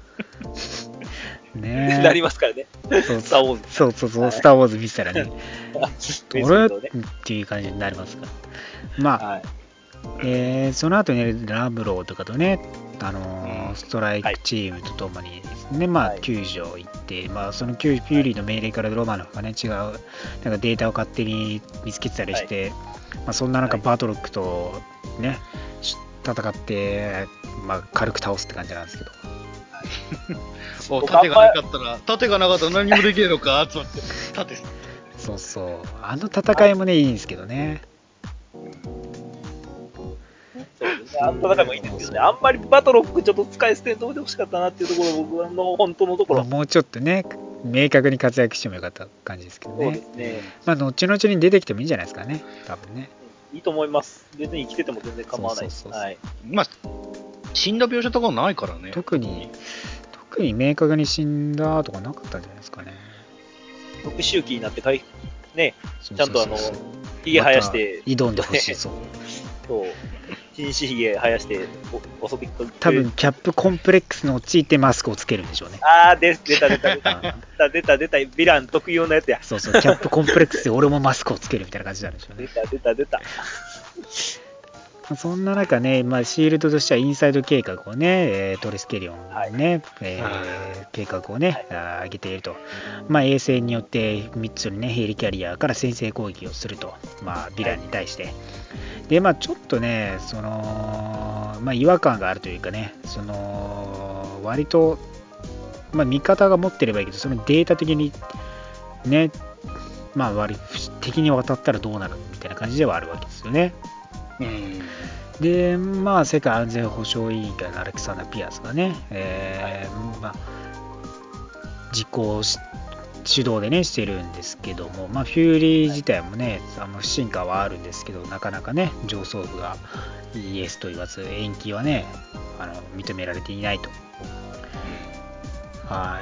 ねえ。 なりますからね。 そうスター・ウォーズ。そうそうそう、スター・ウォーズ見てたらね。俺っていう感じになりますから。まあ、はい、えー、その後ね、ラブローとかとね、あのー、ストライクチームとともにですね、はい、まあ、救助行って、まあ、そのフューリーの命令からロマノフがね、違う、なんかデータを勝手に見つけてたりして、はい、まあ、そんな中、バトロックとね、戦って、まあ、軽く倒すって感じなんですけど。 お盾がなかったら、盾がなかったら何もできないのか、集まって、盾。 そうそう、あの戦いもね、いいんですけどね。 そうですね、あの戦いもいいんですけどね、あんまりバトロックちょっと使い捨てんといてほしかったなっていうところ、僕の本当のところ。 もうちょっとね、明確に活躍してもよかった感じですけどね。そうですね。まあ、後々に出てきてもいいんじゃないですかね、多分ね。 いいと思います。別に生きてても全然構わないです。はい。 まあ、死んだ描写とかないからね。 特に、特に明確に死んだとかなかったんじゃないですかね。 特殊期になってかい、ね、ちゃんとあの、ひげ生やして、 ま、挑んでほしい、そう。 そう。紳士ひげ生やして、襲ってくる。 多分、キャップコンプレックスの陥ってマスクをつけるんでしょうね。 あー、出た出た出た。出た出た出た、ヴィラン特有のやつや。 そうそう、キャップコンプレックスで俺もマスクをつけるみたいな感じなんでしょうね。 出た出た出た。 そんな中ね、まあ、シールドとしてはインサイド計画をね、えー、トレスケリオンね、はいえー、計画をね、はい、上げていると。まあ、衛星によってみっつのね、ヘリキャリアから先制攻撃をすると。まあ、ヴィランに対して。で、まあ、ちょっとね、その、まあ、違和感があるというかね、その、割と、まあ、味方が持ってればいいけど、そのデータ的にね、まあ、割敵に渡ったらどうなるみたいな感じではあるわけですよね。うん、で、まあ、世界安全保障委員会のアレクサンダー・ピアスがね、えーまあ、実行し主導でねしてるんですけども、まあ、フューリー自体もね、あの不信感はあるんですけど、なかなかね、上層部がイエスと言わず、延期はね、あの認められていないと。はい。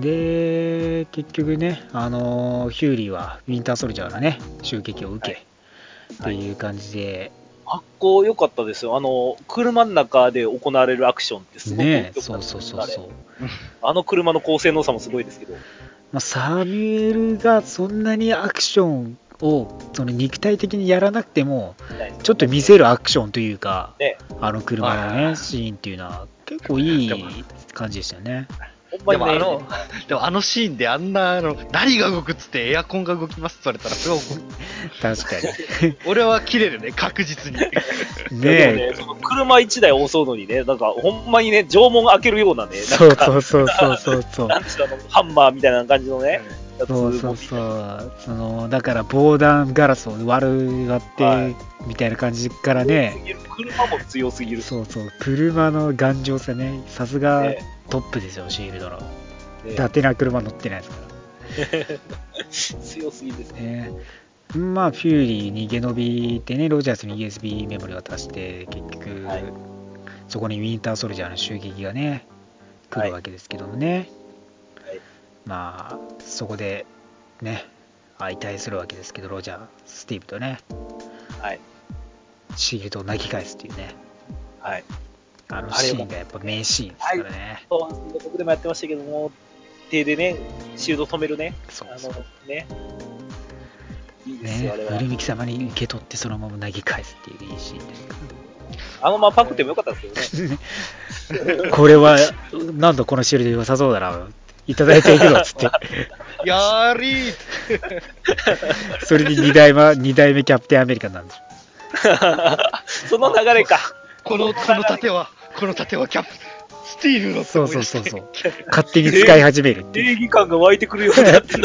で、結局ね、あのヒューリーはウィンターソルジャーのね、襲撃を受け、はいっていう感じで、 はい、あっこ良かったですよ。あの車の中で行われるアクションってすごく良かったですね。 そうそうそうそう。 あの車の高性能さもすごいですけど。 まあ、サミュエルがそんなにアクションをその肉体的にやらなくても、ちょっと見せるアクションというか、ね、あの車のねシーンっていうのは結構いい感じでしたよね。 でもあの、でもあのシーンであんなあの何が動くっつってエアコンが動きますって言われたらそれは確かに俺は切れるね、確実にねえ、ね、その車一台襲うのにね、なんかほんまにね、縄文開けるようなね、 そうそうそうそうそうそうなんつうの、ハンマーみたいな感じのね、 そうそうそうそのだから防弾ガラスを割る割って、はい、みたいな感じからね、 車も強すぎる。 そうそう、車の頑丈さね、さすがトップですよ、ね、シールドの。伊達な車乗ってないですから強すぎですね。 ね、まあフューリー逃げ延びてね、ロジャースに ユーエスビー メモリを渡して結局、はい、そこにウィンターソルジャーの襲撃がね来るわけですけどもね、はいはい、まあそこでね相対するわけですけど、ロジャースティーブとね、はい、シールドを投げ返すっていうね、はい、あのシーンがやっぱ名シーンですからね。 はい、そう僕でもやってましたけども、手でねシールド止めるね、 そうそう、 あのね、 いいですよ、ね、古引様に受け取ってそのまま投げ返すっていういいシーンですから。 あのままパクってもよかったですけどねこれはなんだこのシールド良さそうだな、いただいていくのっつってやーりーそれににだいめにだいめキャプテンアメリカなんですその流れか。 このこの盾はこの盾はキャプスティールの、 そうそうそうそう、勝手に使い始めるっていう正義感が湧いてくるようになってんだ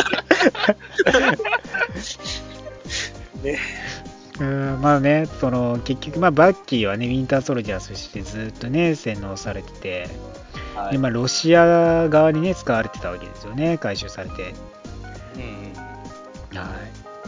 ね。うんまあね、その結局まあバッキーはねウィンターソルジャーとしてずっとね洗脳されてて、はい、でまあロシア側にね使われてたわけですよね、回収されて、うんはい、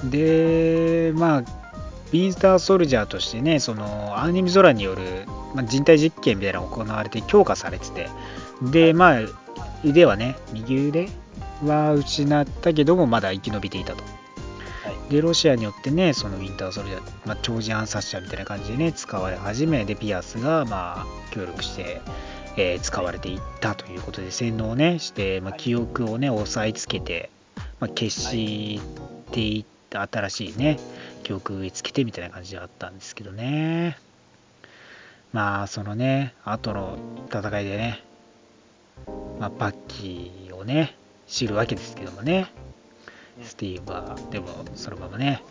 でまあウィンターソルジャーとしてね、そのアーニムゾラによる、まあ、人体実験みたいなのが行われて強化されてて、でまあ腕はね、右腕は失ったけどもまだ生き延びていたと。でロシアによってね、そのウィンターソルジャー、まあ、超人暗殺者みたいな感じでね使われ始め、でピアスがまあ協力して、えー、使われていったということで洗脳をねして、まあ、記憶をね押さえつけて、まあ、消していった新しいね記憶を植え付けてみたいな感じであったんですけどね。まあそのね後の戦いでね、まあ、バッキーをね知るわけですけどもね、スティーブはでもそのままね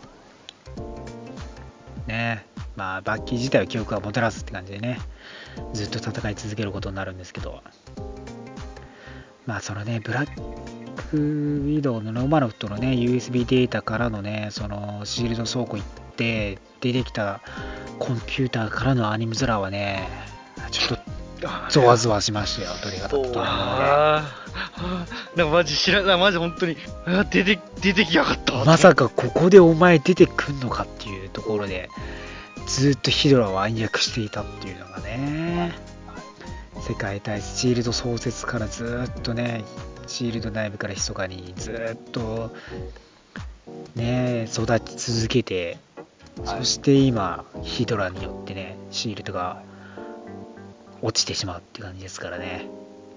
ねまあバッキー自体は記憶はもたらすって感じでねずっと戦い続けることになるんですけど、まあそのねブラックウィドウのロマノフとのね ユーエスビー データからのねそのシールド倉庫行って出てきたコンピューターからのアニムズラはねちょっとゾワゾワしましたよ、鳥が立ったと思うので。 なんかマジ知らない、マジ本当に出て出てきやがった。 まさかここでお前出てくんのかっていうところでずっとヒドラを暗躍していたっていうのがね、世界対シールド創設からずっとねシールド内部から密かにずっとね育ち続けて、そして今ヒドラによってねシールドが落ちてしまうって感じですからね。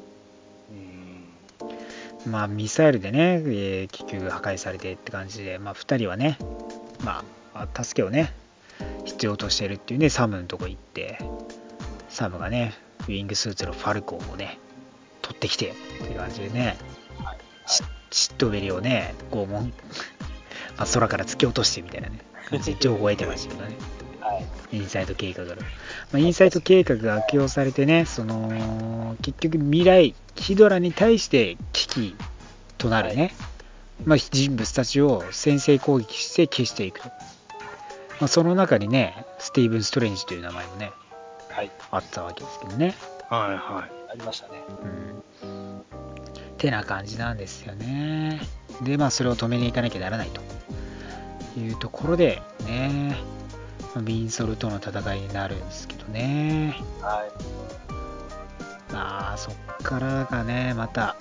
うんまあミサイルでね、えー、気球が破壊されてって感じで、まあふたりはねまあ助けをね必要としてるっていうね、サムのとこ行って、サムがね、ウィングスーツのファルコンをね、取ってきてっていう感じでね、はい、シットベリをね、拷問、まあ、空から突き落としてみたいなね、感じで情報を得てましたけどね。はい、インサイト計画が、まあ、インサイト計画が悪用されてね、その結局未来ヒドラに対して危機となるね、はい、まあ、人物たちを先制攻撃して消していくと、まあ、その中にねスティーブン・ストレンジという名前もね、はい、あったわけですけどね。 はいはい、 ありましたね。 うん、てな感じなんですよね。でまあそれを止めに行かなきゃならないというところでね、ビンソルとの戦いになるんですけどね。はい。まあそっからがね、また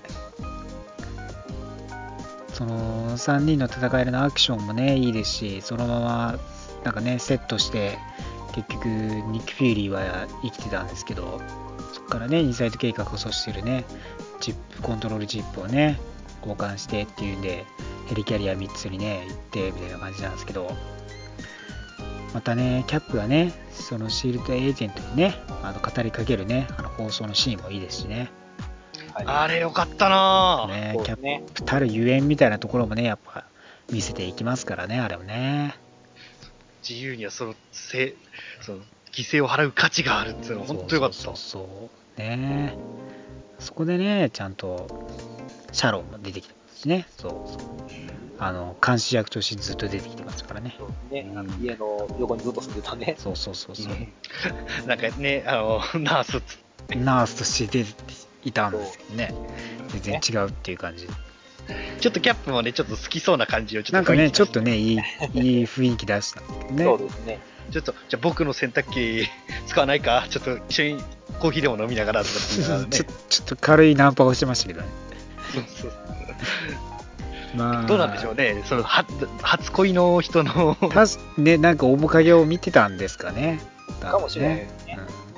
そのさんにんの戦いのアクションもねいいですし、そのままなんかねセットして結局ニック・フューリーは生きてたんですけど、そこからねインサイト計画を阻止するねチップコントロールチップをね交換してっていうんでヘリキャリアみっつにね行ってみたいな感じなんですけど、またねキャップがねそのシールドエージェントにねあの語りかけるねあの放送のシーンもいいですしね。 はい、あれよかったなぁ、ね、キャップたるゆえんみたいなところもねやっぱ見せていきますからね、あれもね。 自由にはそのせその犠牲を払う価値があるっていうのは本当よかった。 そうそうそうね、そこでねちゃんとシャロンも出てきてますしね。そうそう、あの監視役としてずっと出てきてますからね。 そうね、あの家の横にずっと住んでたね。 そうそうそうそう、 うん、なんかねあのナースナースとして出ていたんですけどね、全然違うっていう感じ。 ちょっとキャップもねちょっと好きそうな感じをちょっとなんかねちょっとねいいいい雰囲気出したんですけどね。 そうですね。 ちょっとじゃあ僕の洗濯機使わないか、ちょっと一緒にコーヒーでも飲みながらとかって言いながらねちょちょっと軽いナンパをしてましたけどね。 そうそうまあどうなんでしょうね、そのは初恋の人のたねなんか面影を見てたんですかね。 かもしれないですね。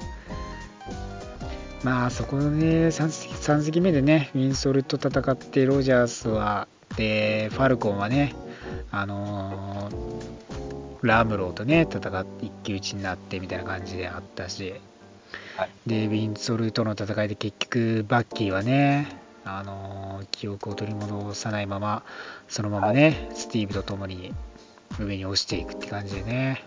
うん、まあそこのね さん, さん席目でねウィンソルと戦ってロジャースはでファルコンはねあのー、ラムローとね戦って一騎打ちになってみたいな感じであったし、はい、でウィンソルとの戦いで結局バッキーはねあのー、記憶を取り戻さないままそのままね、はい、スティーブと共に上に押していくって感じでね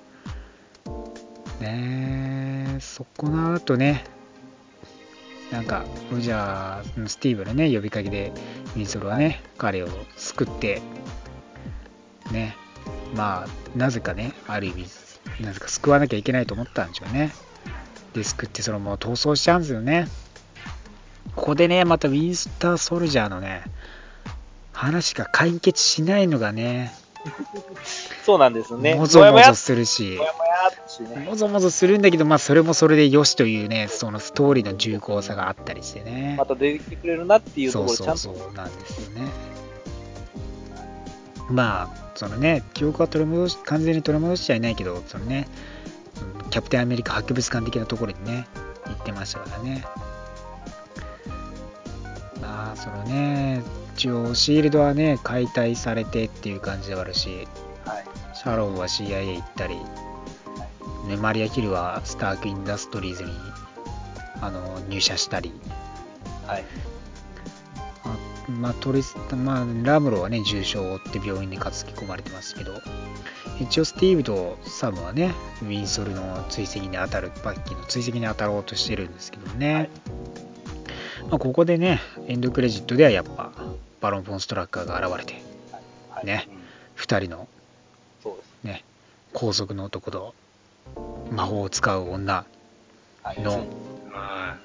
ねそこの後ねなんかロジャースティーブのね呼びかけでウィンソルはね、はい、彼を救ってねまあなぜかねある意味なぜか救わなきゃいけないと思ったんでしょうね。で救ってそのまま逃走しちゃうんですよね。ここでねまたウィンスターソルジャーのね話が解決しないのがねそうなんですね。 もぞもぞするしもぞもぞするんだけど、まあそれもそれでよしというねそのストーリーの重厚さがあったりしてね、 また出てきてくれるなっていうところちゃんとそうそうそうなんですよね。まあそのね記憶は取り戻し完全に取り戻しちゃいないけどそのねキャプテンアメリカ博物館的なところにね行ってましたからね。まあそのね一応シールドはね解体されてっていう感じではあるし、はい、シャロンは シーアイエー 行ったり、はい、ね、マリア・キルはスターク・インダストリーズにあの入社したり、はい、あまあトリスまあ、ラムロはね重傷を負って病院に担ぎ込まれてますけど、一応スティーブとサムはねウィンソルの追跡に当たるバッキーの追跡に当たろうとしてるんですけどね、はい、まあ、ここでねエンドクレジットではやっぱバロン・フォン・ストラッカーが現れて、はいねはい、ふたりの、ね、高速の男と魔法を使う女の、はい、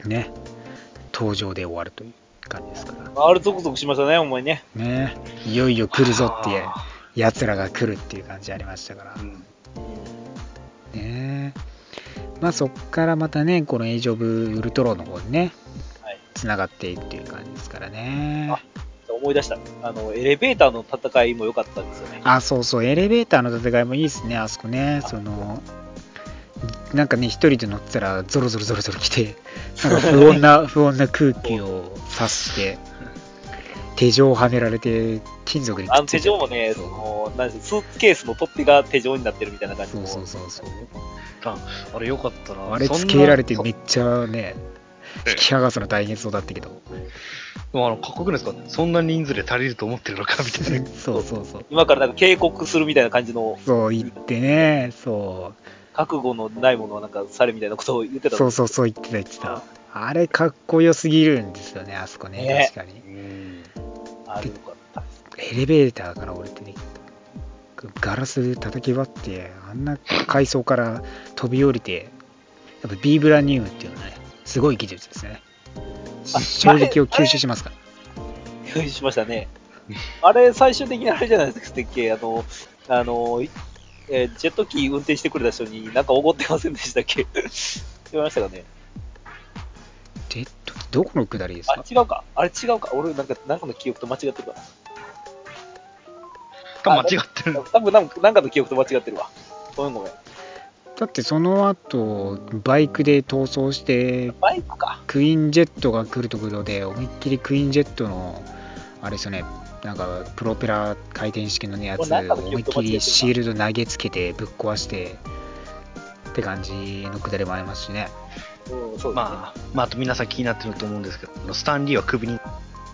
ね登場で終わるという感じですから。 あれゾクゾクしましたね、お前ね。 ねいよいよ来るぞっていうやつらが来るっていう感じありましたから、うん、ねまあそっからまたねこのエイジオブウルトロンの方にねつながっていくっていう感じですからね。 あ思い出した。あのエレベーターの戦いも良かったんですよね。 あそうそうエレベーターの戦いもいいですね。あそこねそのなんかね一人で乗ってたらゾロゾロゾロゾロ来てなんか不穏な不穏な空気を察して手錠をはめられて金属にくっついて、 あの手錠もね、そのなんスーツケースの取っ手が手錠になってるみたいな感じ。 そうそうそうそう。 あ, あれよかったな。 あれつけられてめっちゃね、引き剥がすの大変そうだったけど。 でもあのかっこよくないですか？そんな人数で足りると思ってるのかみたいな。 そうそうそう。 今からなんか警告するみたいな感じの。 そう言ってね、そう。 覚悟のないものはなんかされみたいなことを言ってた。 そうそうそう言ってた言ってた。あれかっこよすぎるんですよね、あそこね、ね確かに。うんあれよかったです。 エレベーターから降りてね、ガラス叩き割って、あんな階層から飛び降りて、やっぱビーブラニウムっていうのはね、すごい技術ですね。衝撃を吸収しますから。 吸収しましたね。あれ、最終的にあれじゃないですか、あの、あの、えー、ジェット機運転してくれた人になんかおごってませんでしたっけ？言いましたかね。 ジェット機どこの下りですか？ あ、違うか。あれ違うか。俺なんか、なんかの記憶と間違ってるかな。 多分間違ってる。 多分なんか、なんかの記憶と間違ってるわ。ごめんごめん。 だってその後、バイクで逃走して、 バイクか。 クイーンジェットが来るところで、思いっきりクイーンジェットの、あれですよね、なんかプロペラ回転式の、ね、やつを思いっきりシールド投げつけてぶっ壊してって感じのくだりもありますしね。 うん、そうですね。 まあ、まあ、あと皆さん気になってると思うんですけど、スタンリーは首に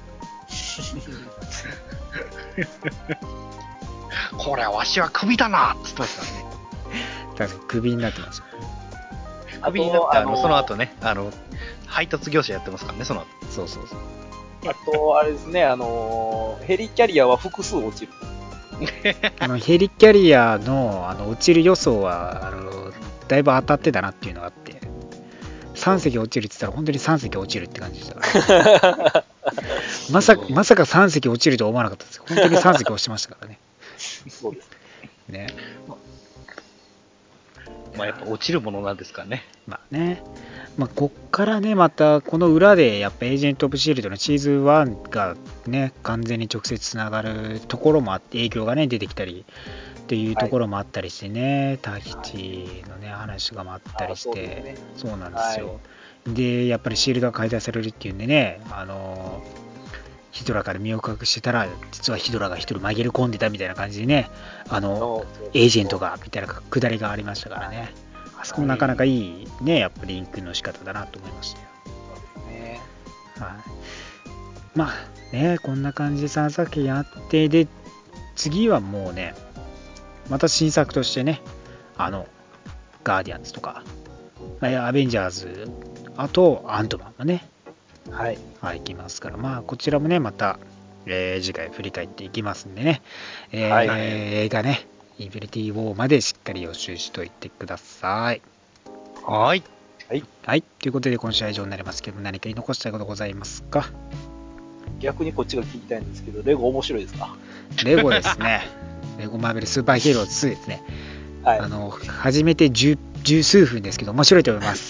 これわしは首だなって言ってますからね。 確かに首になってますよ。 首になって、あのその後ね、あの配達業者やってますからね、その後。 そうそうそう。 あと、あれですね、あのヘリキャリアは複数落ちる。 あのヘリキャリア の, あの落ちる予想はあのだいぶ当たってたなっていうのがあって、さん隻落ちるって言ったら本当にさん隻落ちるって感じでしたからまさまさかさん隻落ちるとは思わなかったです。本当にさん隻落ちてましたからね。 そうですね。 まあやっぱ落ちるものなんですかね。 まあね。まあ、こっからね、またこの裏でやっぱエージェント・オブ・シールドのシーズンワンがね、完全に直接つながるところもあって、影響がね、出てきたりっていうところもあったりしてね、タヒチのね、話とかもあったりして、そう、ね、そうなんですよ。はい、で、やっぱりシールドが解体されるっていうんでね、あの、ヒドラから身を隠してたら、実はヒドラが一人紛れ込んでたみたいな感じでね、あの、エージェントがみたいなくだりがありましたからね。あそこもなかなかいいね、やっぱりリンクの仕方だなと思いましたよ。 そうですね。 はい。まあね、こんな感じでさんさく品あって、で、次はもうね、また新作としてね、あの、ガーディアンズとか、アベンジャーズ、あと、アントマンがね、 はい。 はい、いきますから、まあ、こちらもね、また、えー、次回振り返っていきますんでね、えーはい、映画ね、インフィニティ・ウォーまでしっかり予習しといてください。 はい。 はい。 はい。ということで、今週は以上になりますけど、何か言い残したいことございますか？ 逆にこっちが聞きたいんですけど、レゴ面白いですか？ レゴですね。レゴマーベルスーパーヒーローツーですね。 はい。 あの、初めて十、十数分ですけど、面白いと思います。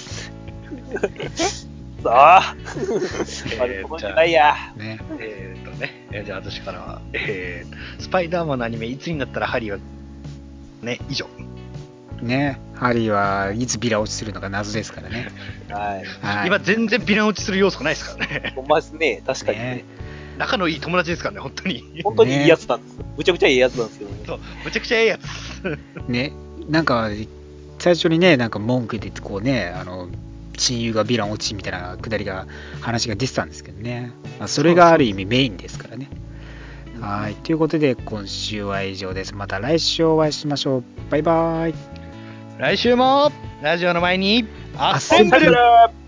あああれ、この時代や。 ね。 えーっとね、えー、じゃあ私からは、えー、スパイダーマンのアニメ、いつになったらハリーは、ね、以上。 ね、ハリーはいつビラ落ちするのか謎ですからね。 はい。 はい、 今全然ビラ落ちする要素ないですからね。 ほんまですね、確かにね。ね、 仲のいい友達ですからね、本当に。 本当にいいやつなんです。ね、むちゃくちゃいいやつなんですけどね。 そう、むちゃくちゃいいやつ。 ね、なんか、最初にね、なんか文句でこうね、あの、親友がヴィラン落ちみたいなくだりが話が出てたんですけどね、まあ、それがある意味メインですからね。はい、ということで今週は以上です。また来週お会いしましょう。バイバイ。 来週もラジオの前にアッセンブル。